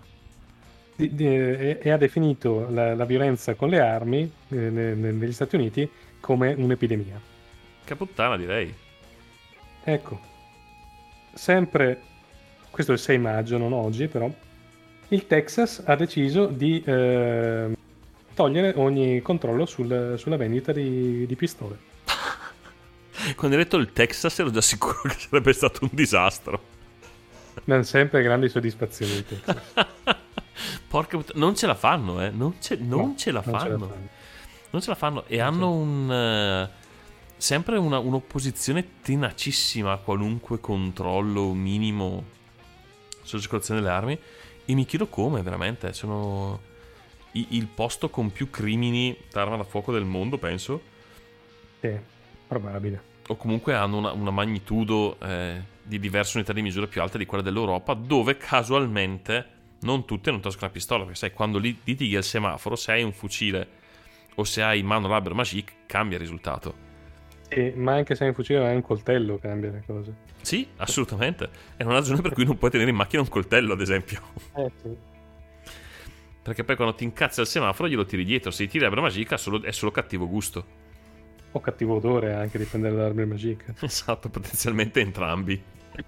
E ha definito la violenza con le armi negli Stati Uniti come un'epidemia. Che puttana, direi. Ecco, sempre, questo è il 6 maggio, non oggi però, il Texas ha deciso di togliere ogni controllo sulla vendita di pistole. Quando hai detto il Texas ero già sicuro che sarebbe stato un disastro. Non sempre grandi soddisfazioni il Texas. Porca puttana, non ce la fanno, non ce la fanno. E hanno sempre un'opposizione tenacissima a qualunque controllo minimo sulla circolazione delle armi, e mi chiedo come, veramente, sono il posto con più crimini d'arma da fuoco del mondo, penso. Probabile. O comunque hanno una magnitudo di diverse unità di misura più alta di quella dell'Europa, dove casualmente non tutte non trascono la pistola, perché sai, quando litighi al semaforo, se hai un fucile o se hai in mano l'Aber Magic, cambia il risultato. Ma anche se hai un fucile o hai un coltello, cambia le cose. Sì, assolutamente. È una ragione per cui non puoi tenere in macchina un coltello, ad esempio. Sì. Perché poi quando ti incazzi al semaforo glielo tiri dietro. Se ti tiri l'Aber Magic è solo cattivo gusto. O cattivo odore, anche dipende dall'Aber Magic. Esatto, potenzialmente entrambi.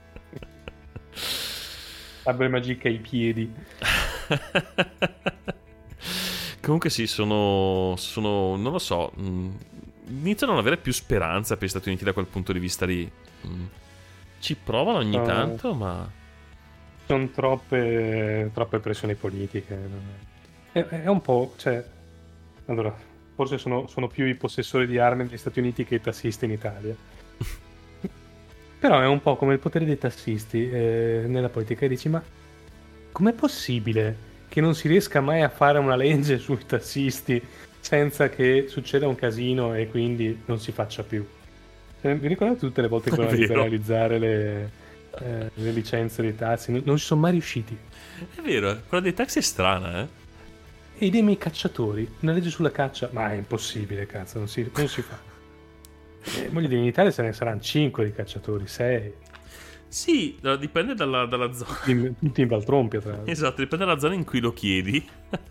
Abre Magic ai piedi. Comunque sì, sono non lo so, inizio a non avere più speranza per gli Stati Uniti da quel punto di vista lì. Ci provano ogni tanto, ma sono troppe pressioni politiche. È un po', cioè, allora, forse sono più i possessori di armi negli Stati Uniti che i tassisti in Italia. Però è un po' come il potere dei tassisti nella politica, e dici, ma com'è possibile che non si riesca mai a fare una legge sui tassisti senza che succeda un casino e quindi non si faccia più? Vi ricordate tutte le volte che È volevano vero. liberalizzare le licenze dei taxi? Non ci sono mai riusciti. È vero, quella dei taxi è strana, E idem i cacciatori, una legge sulla caccia, ma è impossibile, cazzo, non si fa. Voglio dire, in Italia se ne saranno 5 di cacciatori, 6, Sì, dipende dalla zona. tutti in Valtrompia, tra l'altro. Esatto, dipende dalla zona in cui lo chiedi.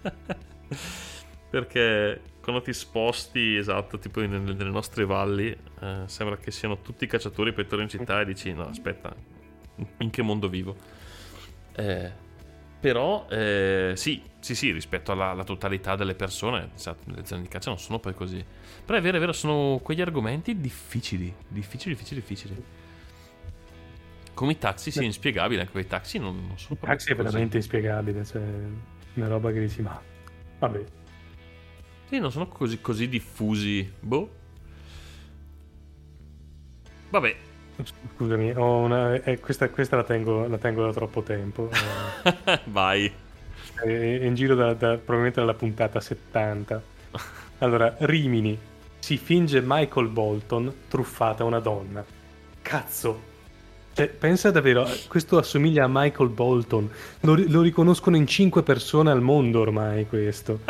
Perché quando ti sposti, esatto, tipo nelle nostre valli, sembra che siano tutti cacciatori, poi torni in città e dici, no, aspetta, in che mondo vivo? Però, sì, rispetto alla totalità delle persone, esatto, le zone di caccia non sono poi così. Però è vero, sono quegli argomenti difficili. Come i taxi, sì, inspiegabile, anche quei taxi non sono Il proprio taxi è così. veramente inspiegabile, cioè una roba che dici, ma vabbè. Sì, non sono così diffusi. Boh. Vabbè. Scusami, questa la tengo da troppo tempo. Vai. È in giro probabilmente dalla puntata 70. Allora, Rimini, si finge Michael Bolton, truffata una donna. Cazzo! Cioè, pensa davvero, questo assomiglia a Michael Bolton. Lo riconoscono in 5 persone al mondo ormai, questo.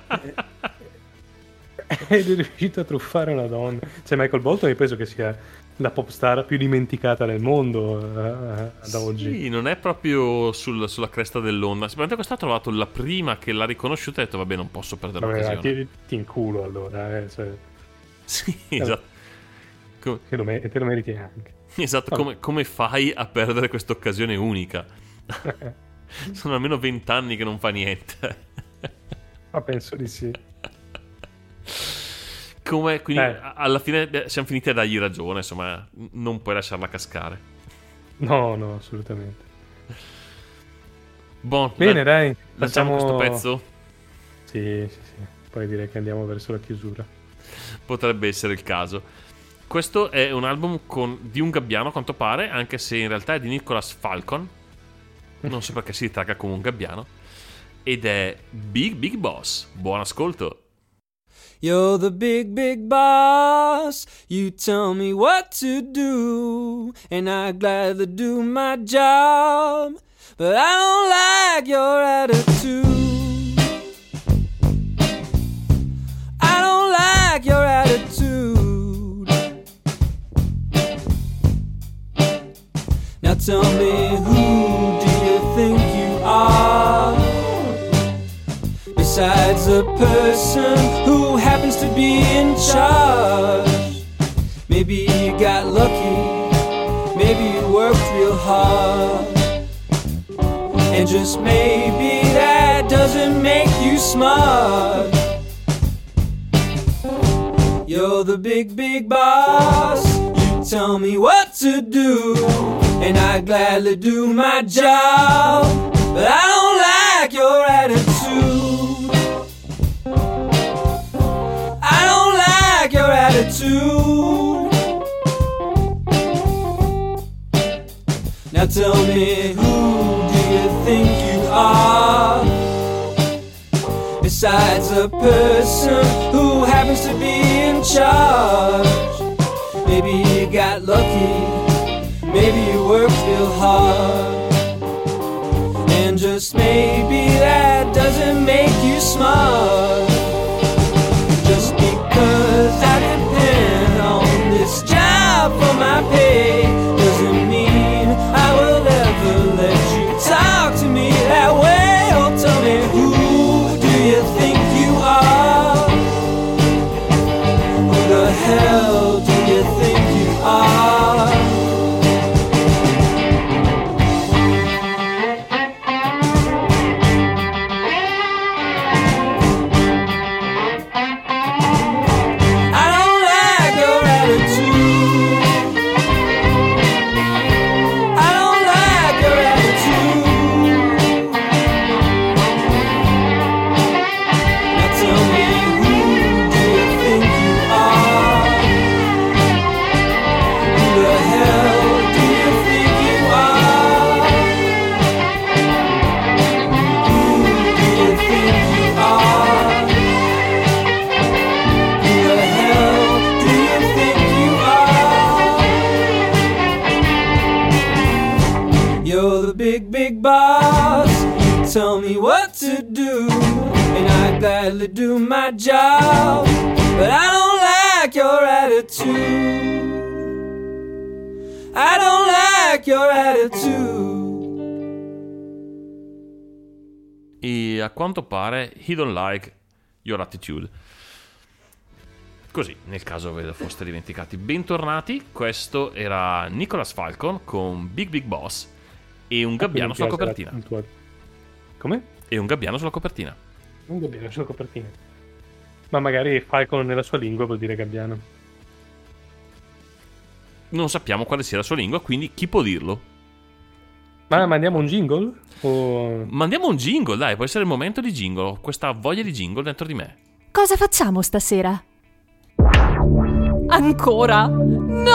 Ed è riuscito a truffare una donna. Cioè, Michael Bolton, io penso che sia la pop star più dimenticata del mondo ad oggi. Sì, non è proprio sulla cresta dell'onda. Sicuramente questa ha trovato la prima che l'ha riconosciuta e ha detto, vabbè, non posso perdere Vabbè, l'occasione. ti inculo allora, cioè, Sì, esatto. te lo meriti anche. Esatto, come fai a perdere questa occasione unica? Sono almeno 20 anni che non fa niente. Ma penso di sì. Quindi alla fine siamo finiti a dargli ragione, insomma, non puoi lasciarla cascare. No, assolutamente. Buon, Bene, dai. Lanciamo questo pezzo? Sì. Poi direi che andiamo verso la chiusura. Potrebbe essere il caso. Questo è un album di un gabbiano, a quanto pare, anche se in realtà è di Nicholas Falcon. Non so perché si ritragga come un gabbiano. Ed è Big Boss. Buon ascolto. You're the big boss. You tell me what to do, and I gladly do my job. But I don't like your attitude. I don't like your attitude. Now tell me, who do you think you are? Besides a person who happens to be in charge. Maybe you got lucky, maybe you worked real hard, and just maybe that doesn't make you smart. You're the big boss. You tell me what to do, and I gladly do my job. But I don't like your attitude. I don't like your attitude. Now tell me, who do you think you are? Besides a person who happens to be in charge. Maybe you got lucky, maybe you worked real hard, and just maybe that doesn't make you smart. Just because I depend on this job for my pay doesn't mean I will ever let you talk to me that way. Oh, tell me, who do you think you are? Who the hell do you think you are? really do my job, but I don't like your attitude. I don't like your attitude. E a quanto pare he don't like your attitude. Così, nel caso ve lo foste dimenticati. Bentornati, questo era Nicholas Falcon con Big Big Boss e un gabbiano sulla copertina. Come? E un gabbiano sulla copertina. Un gabbiano sulla copertina. Ma magari Falcon nella sua lingua vuol dire gabbiano. Non sappiamo quale sia la sua lingua, quindi chi può dirlo? Ma mandiamo un jingle? O... Mandiamo un jingle, dai, può essere il momento di jingle. Ho questa voglia di jingle dentro di me. Cosa facciamo stasera? Ancora? No!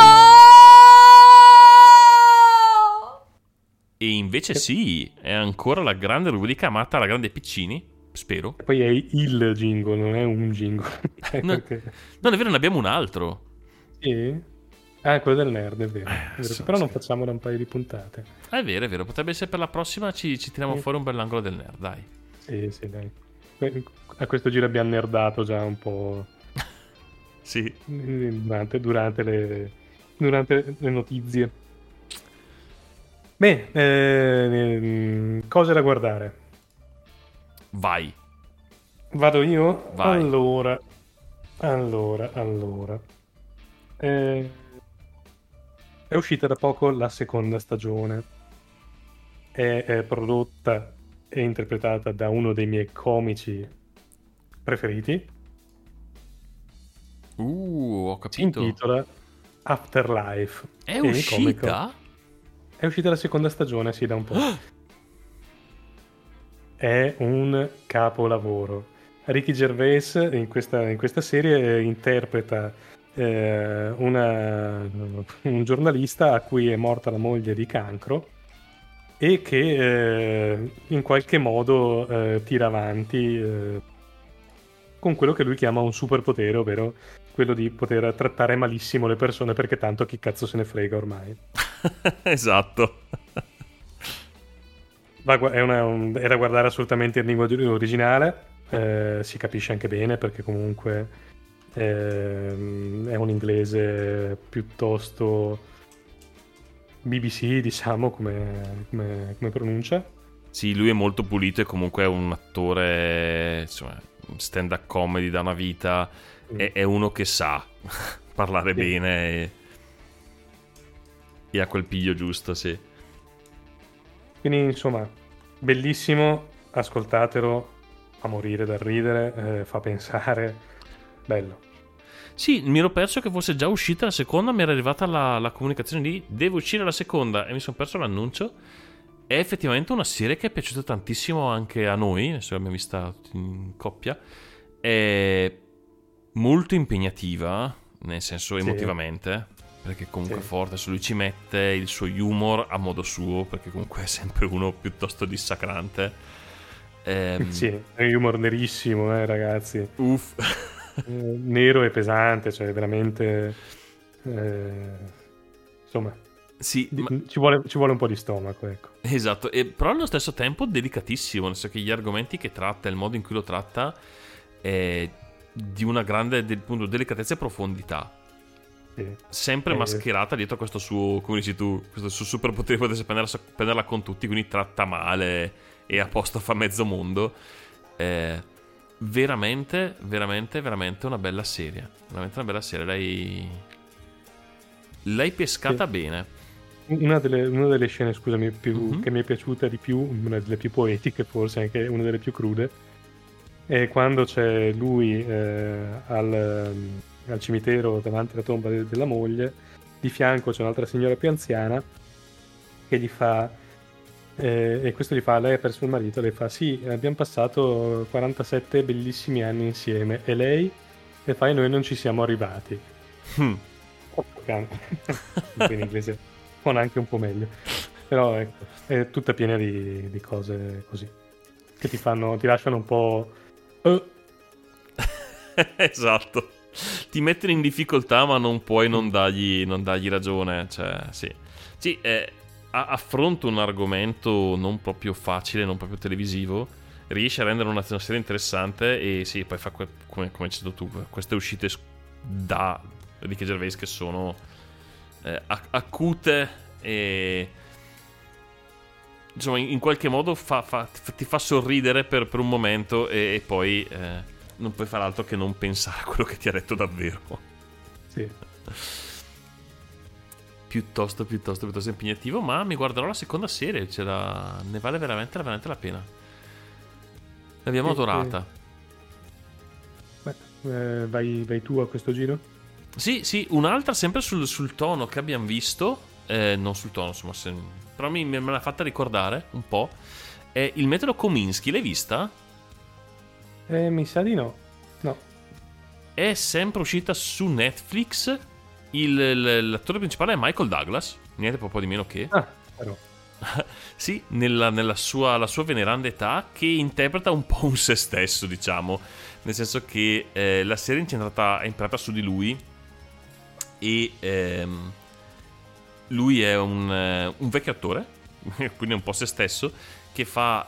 E invece sì, è ancora la grande rubrica amata alla grande Piccini, spero. Poi è il jingle, non è un jingle. No, non è vero, ne abbiamo un altro. Sì? Ah, quello del nerd, è vero. Sì, però sì. non facciamo da un paio di puntate. È vero, potrebbe essere per la prossima ci tiriamo fuori un bell'angolo del nerd, dai. Sì, dai. A questo giro abbiamo nerdato già un po'. Sì. Durante le notizie. Beh, cose da guardare. Vai. Vado io? Vai. Allora. È uscita da poco la seconda stagione. È prodotta e interpretata da uno dei miei comici preferiti. Ho Si capito. intitola Afterlife. È E in uscita? comico- È uscita la seconda stagione, sì, da un po'. È un capolavoro. Ricky Gervais in questa serie interpreta un giornalista a cui è morta la moglie di cancro e che in qualche modo tira avanti con quello che lui chiama un superpotere, ovvero quello di poter trattare malissimo le persone perché tanto chi cazzo se ne frega ormai. Esatto. È da guardare assolutamente in lingua originale, si capisce anche bene perché comunque è un inglese piuttosto BBC, diciamo, come pronuncia. Sì, lui è molto pulito e comunque è un attore, insomma, stand-up comedy da una vita. È uno che sa parlare bene e ha quel piglio giusto, sì. Quindi, insomma, bellissimo, ascoltatelo, fa morire dal ridere, fa pensare, bello. Sì, mi ero perso che fosse già uscita la seconda, mi era arrivata la comunicazione di deve uscire la seconda e mi sono perso l'annuncio. È effettivamente una serie che è piaciuta tantissimo anche a noi, adesso l'abbiamo vista tutti in coppia. È molto impegnativa, nel senso emotivamente, perché comunque è forte, se lui ci mette il suo humor a modo suo, perché comunque è sempre uno piuttosto dissacrante. Sì, è humor nerissimo, ragazzi. Uff. Nero e pesante, cioè veramente insomma sì, ci vuole un po' di stomaco, ecco. Esatto, e però allo stesso tempo delicatissimo, nel senso che gli argomenti che tratta, il modo in cui lo tratta è di una grande appunto, delicatezza e profondità, sempre mascherata dietro a questo suo, come dici tu, questo suo superpotere, potesse prenderla con tutti, quindi tratta male e apostrofa mezzo mondo. Veramente una bella serie. Veramente una bella serie. L'hai pescata bene. Una delle scene, scusami, che mi è piaciuta di più, una delle più poetiche, forse anche una delle più crude, è quando c'è lui al cimitero davanti alla tomba della moglie, di fianco c'è un'altra signora più anziana che gli fa e questo gli fa, lei ha perso il marito, lei fa sì, abbiamo passato 47 bellissimi anni insieme, e lei? E fa, e noi non ci siamo arrivati. In inglese suona anche un po' meglio, però ecco, è tutta piena di cose così che ti lasciano un po' esatto, ti mettono in difficoltà ma non puoi non dargli ragione, cioè sì affronta un argomento non proprio facile, non proprio televisivo, riesce a rendere una serie interessante. E sì, poi fa come hai detto tu, queste uscite da Ricky Gervais che sono acute e insomma in qualche modo ti fa sorridere per un momento e poi non puoi fare altro che non pensare a quello che ti ha detto davvero. Sì. Piuttosto impegnativo, ma mi guarderò la seconda serie, ne vale veramente la pena. L'abbiamo adorata. Vai tu a questo giro? Sì, un'altra sempre sul tono che abbiamo visto, non sul tono, insomma, però me l'ha fatta ricordare un po'. È il metodo Kominsky, l'hai vista? Mi sa di no. No. È sempre uscita su Netflix. L'attore principale è Michael Douglas, niente proprio di meno che. Però. Sì, la sua veneranda età, che interpreta un po' un se stesso, diciamo, nel senso che la serie è improntata su di lui e lui è un vecchio attore, quindi è un po' se stesso, che fa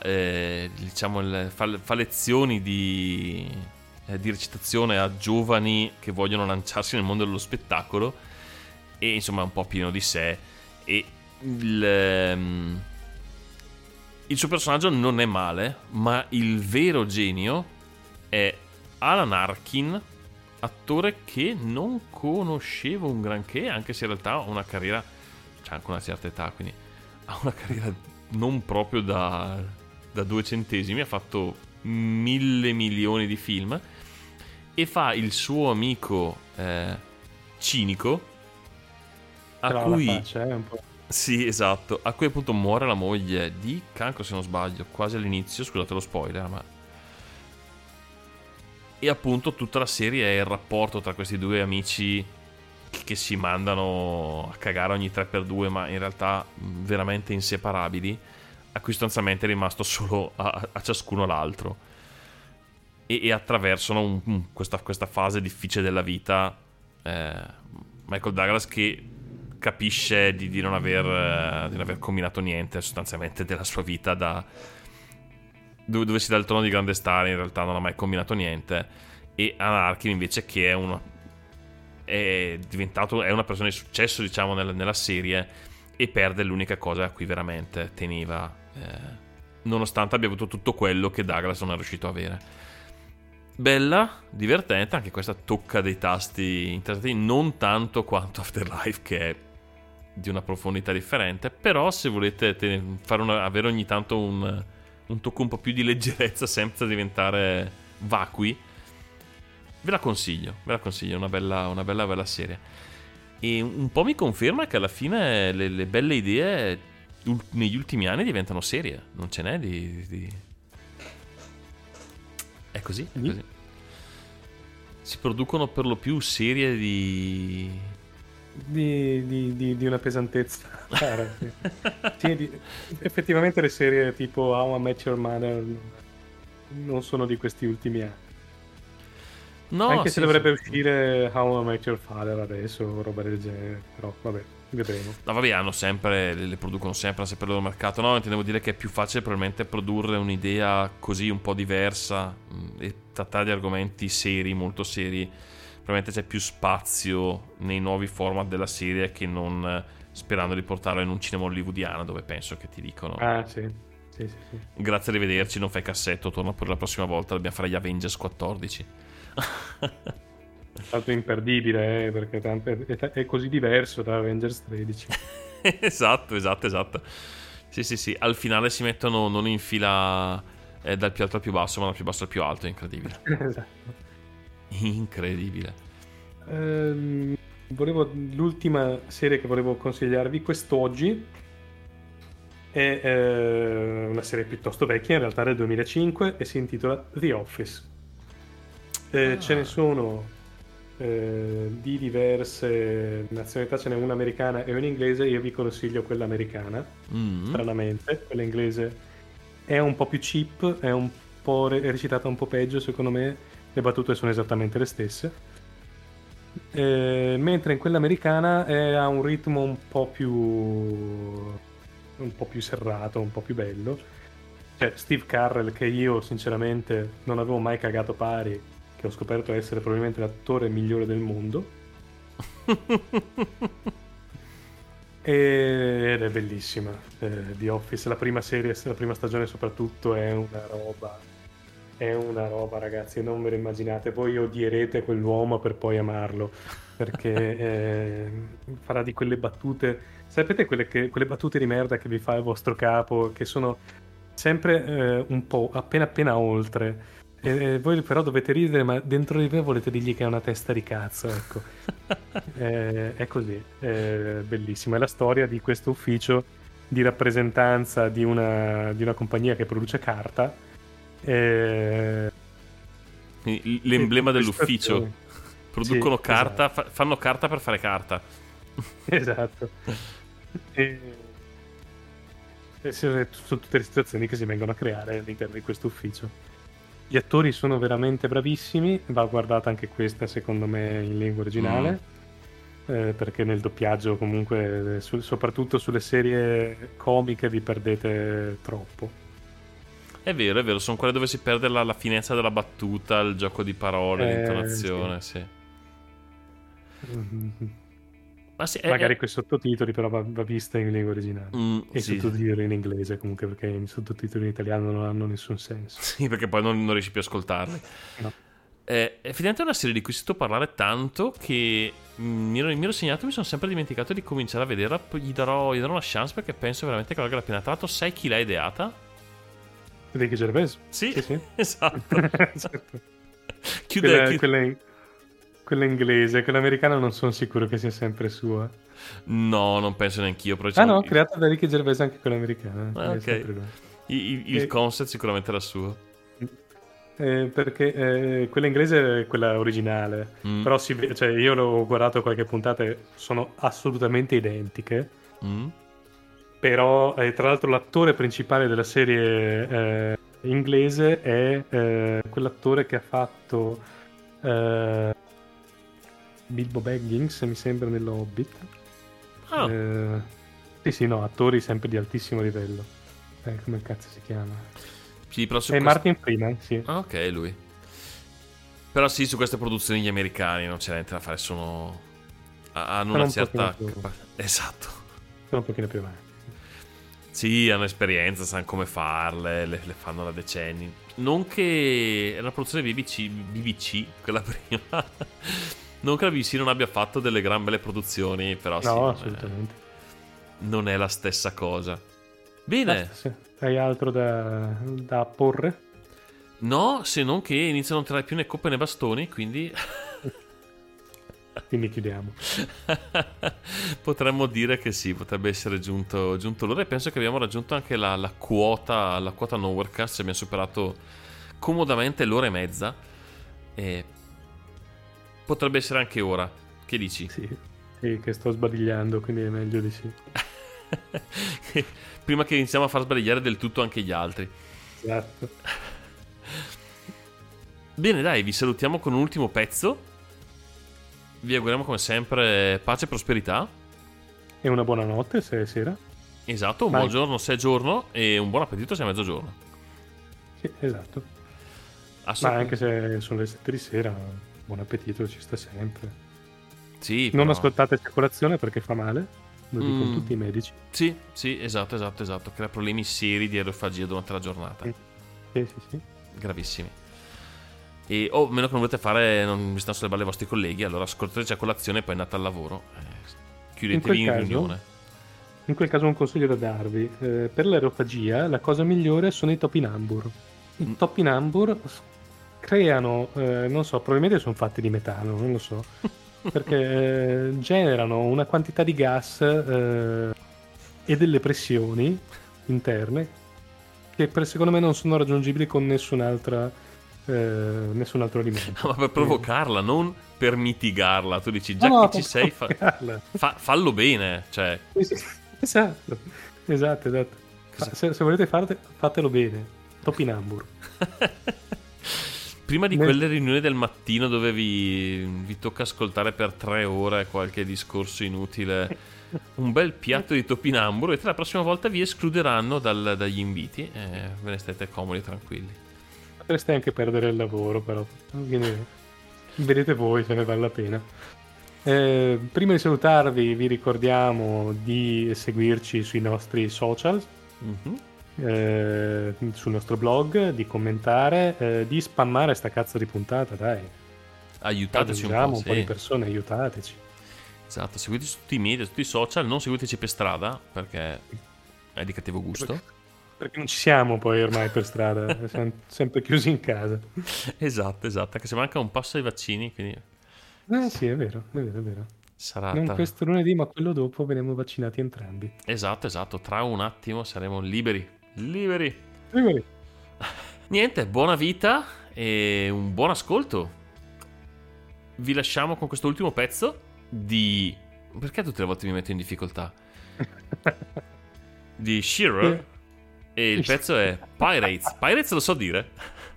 lezioni di recitazione a giovani che vogliono lanciarsi nel mondo dello spettacolo, e insomma è un po' pieno di sé. E il suo personaggio non è male, ma il vero genio è Alan Arkin, attore che non conoscevo un granché, anche se in realtà ha una carriera, c'ha anche una certa età, quindi ha una carriera non proprio da 2 centesimi. Ha fatto 1.000 milioni di film e fa il suo amico cinico, a Però cui la faccia, un po'. sì, esatto, a cui appunto muore la moglie di cancro, se non sbaglio, quasi all'inizio, scusate lo spoiler, ma e appunto tutta la serie è il rapporto tra questi due amici che si mandano a cagare ogni 3x2, ma in realtà veramente inseparabili, a cui sostanzialmente è rimasto solo a ciascuno l'altro, e attraversano questa fase difficile della vita. Michael Douglas che capisce di non aver combinato niente sostanzialmente della sua vita, dove si dà il tono di grande stare, in realtà non ha mai combinato niente. E Anarkin invece, che è una persona di successo, diciamo, nella serie, e perde l'unica cosa a cui veramente teneva, nonostante abbia avuto tutto quello che Douglas non è riuscito a avere. Bella, divertente, anche questa tocca dei tasti interessanti, non tanto quanto Afterlife, che è di una profondità differente, però se volete avere ogni tanto un tocco un po' più di leggerezza senza diventare vacui, ve la consiglio, è una bella serie. E un po' mi conferma che alla fine le belle idee negli ultimi anni diventano serie, non ce n'è di... È così. Si producono per lo più serie di una pesantezza cara, sì. Sì, effettivamente le serie tipo How I Met Your Mother non sono di questi ultimi anni. No, anche sì, se dovrebbe sì. uscire How I Met Your Father adesso, roba del genere, però vabbè, vedremo. No, vabbè, hanno sempre, le producono sempre il loro mercato. No, intendevo dire che è più facile probabilmente produrre un'idea così un po' diversa e trattare di argomenti seri, molto seri. Probabilmente c'è più spazio nei nuovi format della serie che non sperando di portarlo in un cinema hollywoodiano, dove penso che ti dicono Sì. grazie, arrivederci, non fai cassetto, torna pure la prossima volta, dobbiamo fare gli Avengers 14. Tanto imperdibile, perché tanto è così diverso da Avengers 13. Esatto. Sì. Al finale si mettono non in fila dal più alto al più basso, ma dal più basso al più alto. È incredibile. Esatto. Incredibile. L'ultima serie che volevo consigliarvi quest'oggi è una serie piuttosto vecchia, in realtà del 2005, e si intitola The Office. Ce ne sono di diverse nazionalità, ce n'è una americana e una inglese. Io vi consiglio quella americana, stranamente. Quella inglese è un po' più cheap, è un po' è recitata un po' peggio, secondo me. Le battute sono esattamente le stesse, mentre in quella americana ha un ritmo un po' più serrato, un po' più bello. Cioè, Steve Carell, che io sinceramente non avevo mai cagato pari, che ho scoperto essere probabilmente l'attore migliore del mondo. Ed è bellissima. The Office, la prima serie, la prima stagione soprattutto, è una roba. È una roba, ragazzi, non ve lo immaginate. Voi odierete quell'uomo per poi amarlo, perché farà di quelle battute. Sapete quelle battute di merda che vi fa il vostro capo, che sono sempre un po' appena oltre. Voi però dovete ridere, ma dentro di voi volete dirgli che è una testa di cazzo, ecco. È così, è bellissimo. È la storia di questo ufficio di rappresentanza di una compagnia che produce carta. L'emblema dell'ufficio. Producono Sì, carta, esatto. fanno carta per fare carta. Esatto. Sono tutte le situazioni che si vengono a creare all'interno di questo ufficio. Gli attori sono veramente bravissimi, va guardata anche questa secondo me in lingua originale, perché nel doppiaggio comunque, soprattutto sulle serie comiche, vi perdete troppo. È vero, sono quelle dove si perde la finezza della battuta, il gioco di parole, l'intonazione, sì. Mm-hmm. Ma sì, Magari con i sottotitoli, però va vista in lingua originale. E sì. sottotitoli in inglese comunque, perché i sottotitoli in italiano non hanno nessun senso. Sì, perché poi non riesci più a ascoltarli. No. Effettivamente è una serie di cui sento parlare tanto che mi ero segnato, mi sono sempre dimenticato di cominciare a vederla. Poi gli darò una chance, perché penso veramente che valga la pena. Tra l'altro, sai chi l'ha ideata? Ricky Gervais? Sì. Sì. Esatto. Certo. Chiude. Quella inglese, quella americana non sono sicuro che sia sempre sua. No, non penso neanch'io. Però No, creata da Ricky Gervais anche quella americana. Ok. Il concept sicuramente era suo. Perché quella inglese è quella originale. Però cioè, io l'ho guardato qualche puntata e sono assolutamente identiche. Però tra l'altro l'attore principale della serie inglese è quell'attore che ha fatto Bilbo Baggins, mi sembra, nello Hobbit. Sì, no, attori sempre di altissimo livello. Come cazzo si chiama? Sì, però è Martin Freeman, sì. Ah, ok, lui. Però sì, su queste produzioni gli americani non c'è niente da fare, hanno una certa... Esatto. Sono un pochino più avanti. Sì, hanno esperienza, sanno come farle, le fanno da decenni. Non che è una produzione BBC, quella prima. Non che la BBC non abbia fatto delle gran belle produzioni, però no, sì, assolutamente. Non è la stessa cosa. Bene. Hai altro da porre? No, se non che iniziano a non tirare più né coppe né bastoni, quindi... Quindi chiudiamo. Potremmo dire che sì, potrebbe essere giunto l'ora, e penso che abbiamo raggiunto anche la quota Nowherecast, abbiamo superato comodamente l'ora e mezza e potrebbe essere anche ora. Che dici? Sì, che sto sbadigliando, quindi è meglio di sì. Prima che iniziamo a far sbadigliare del tutto anche gli altri. Esatto. Bene, dai, vi salutiamo con un ultimo pezzo. Vi auguriamo come sempre pace e prosperità. E una buona notte se è sera. Esatto, un buon giorno se è giorno e un buon appetito se è mezzogiorno. Sì, esatto. Ma anche se sono le 7 di sera, buon appetito ci sta sempre. Sì, non ascoltate circolazione perché fa male, lo dicono tutti i medici. Sì, esatto. Crea problemi seri di aerofagia durante la giornata. Sì. Gravissimi. E meno che non volete fare, non vi stanno sulle balle i vostri colleghi, allora ascoltateci a colazione e poi andate al lavoro. Chiudetevi in riunione. In quel caso un consiglio da darvi. Per l'aerofagia la cosa migliore sono i topinambur. I topinambur creano, non so, probabilmente sono fatti di metano, non lo so, perché generano una quantità di gas e delle pressioni interne che secondo me non sono raggiungibili con nessun altro alimento. Ma per provocarla, non per mitigarla. Tu dici, già che ci sei, fallo bene, cioè. Esatto. Se volete fatelo bene. Topinambur. Prima di quelle riunioni del mattino dove vi tocca ascoltare per 3 ore qualche discorso inutile un bel piatto di topinamburo, e la prossima volta vi escluderanno dagli inviti, ve ne state comodi e tranquilli. Potreste anche perdere il lavoro, però quindi vedete voi se ne vale la pena. Prima di salutarvi vi ricordiamo di seguirci sui nostri social, sul nostro blog, di commentare, di spammare sta cazzo di puntata, dai. Aiutateci un po' sì. di persone, aiutateci. Esatto, seguiteci su tutti i media, su tutti i social, non seguiteci per strada perché è di cattivo gusto. Perché non ci siamo poi ormai per strada, siamo sempre chiusi in casa. Esatto, anche se manca un passo ai vaccini, quindi Sì, è vero. sarà Non questo lunedì, ma quello dopo verremo vaccinati entrambi. Esatto, tra un attimo saremo liberi. Liberi. Niente, buona vita e un buon ascolto. Vi lasciamo con questo ultimo pezzo di... Perché tutte le volte mi metto in difficoltà? Di Shearer. E il pezzo è Pirates. Pirates lo so dire.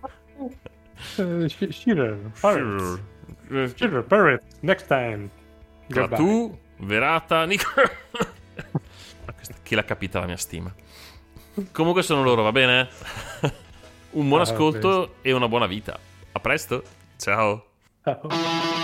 Shearer, Pirates, next time. Tu, Verata, Nico. Chi l'ha capita la mia stima. Comunque sono loro, va bene? Un buon ascolto e una buona vita. A presto. Ciao. Ciao.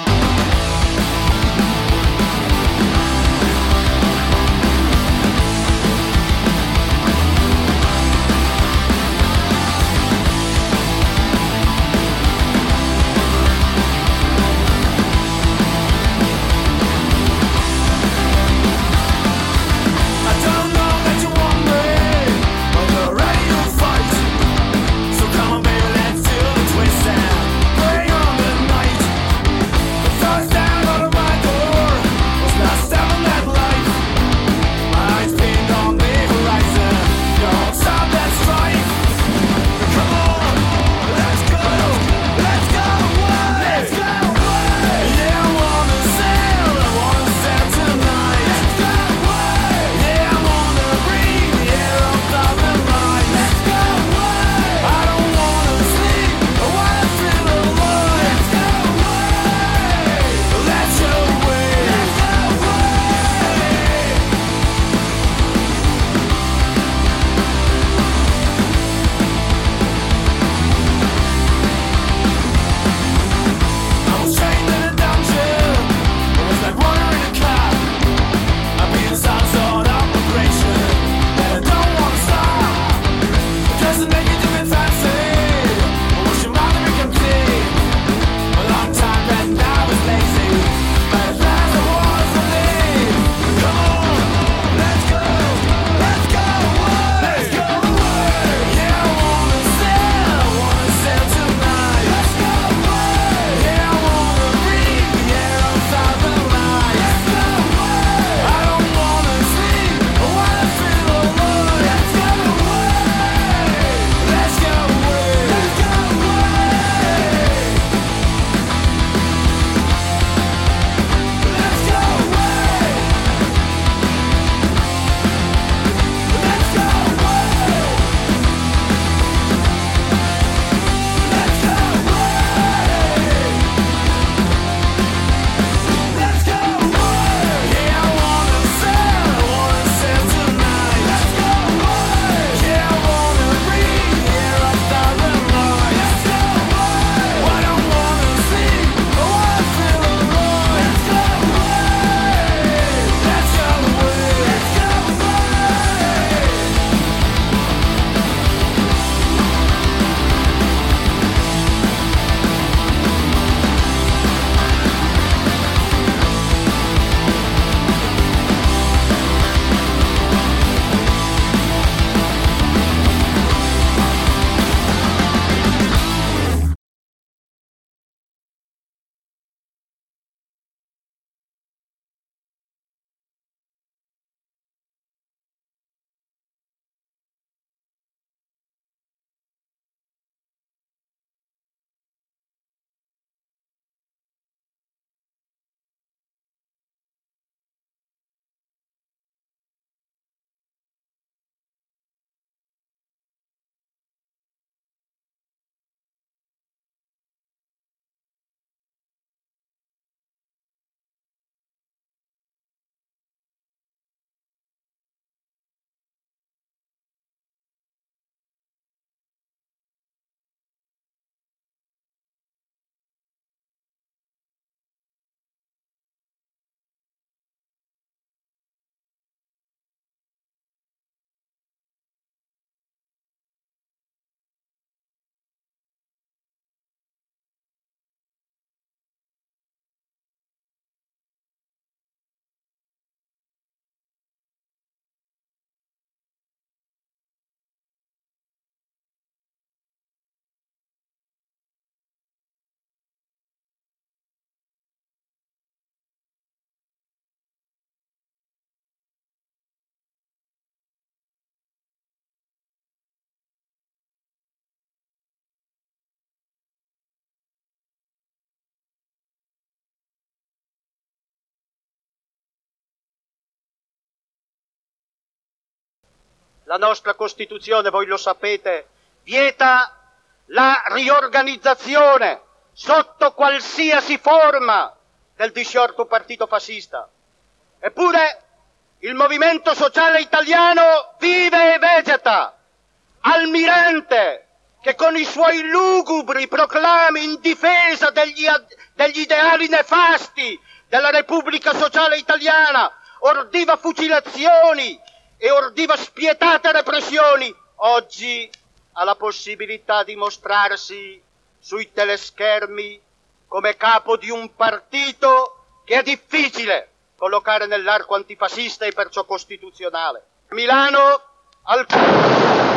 La nostra Costituzione, voi lo sapete, vieta la riorganizzazione sotto qualsiasi forma del disciolto partito fascista. Eppure il Movimento Sociale Italiano vive e vegeta, almirante, che con i suoi lugubri proclami in difesa degli ideali nefasti della Repubblica Sociale Italiana ordiva fucilazioni e ordiva spietate repressioni, oggi ha la possibilità di mostrarsi sui teleschermi come capo di un partito che è difficile collocare nell'arco antifascista e perciò costituzionale. Milano al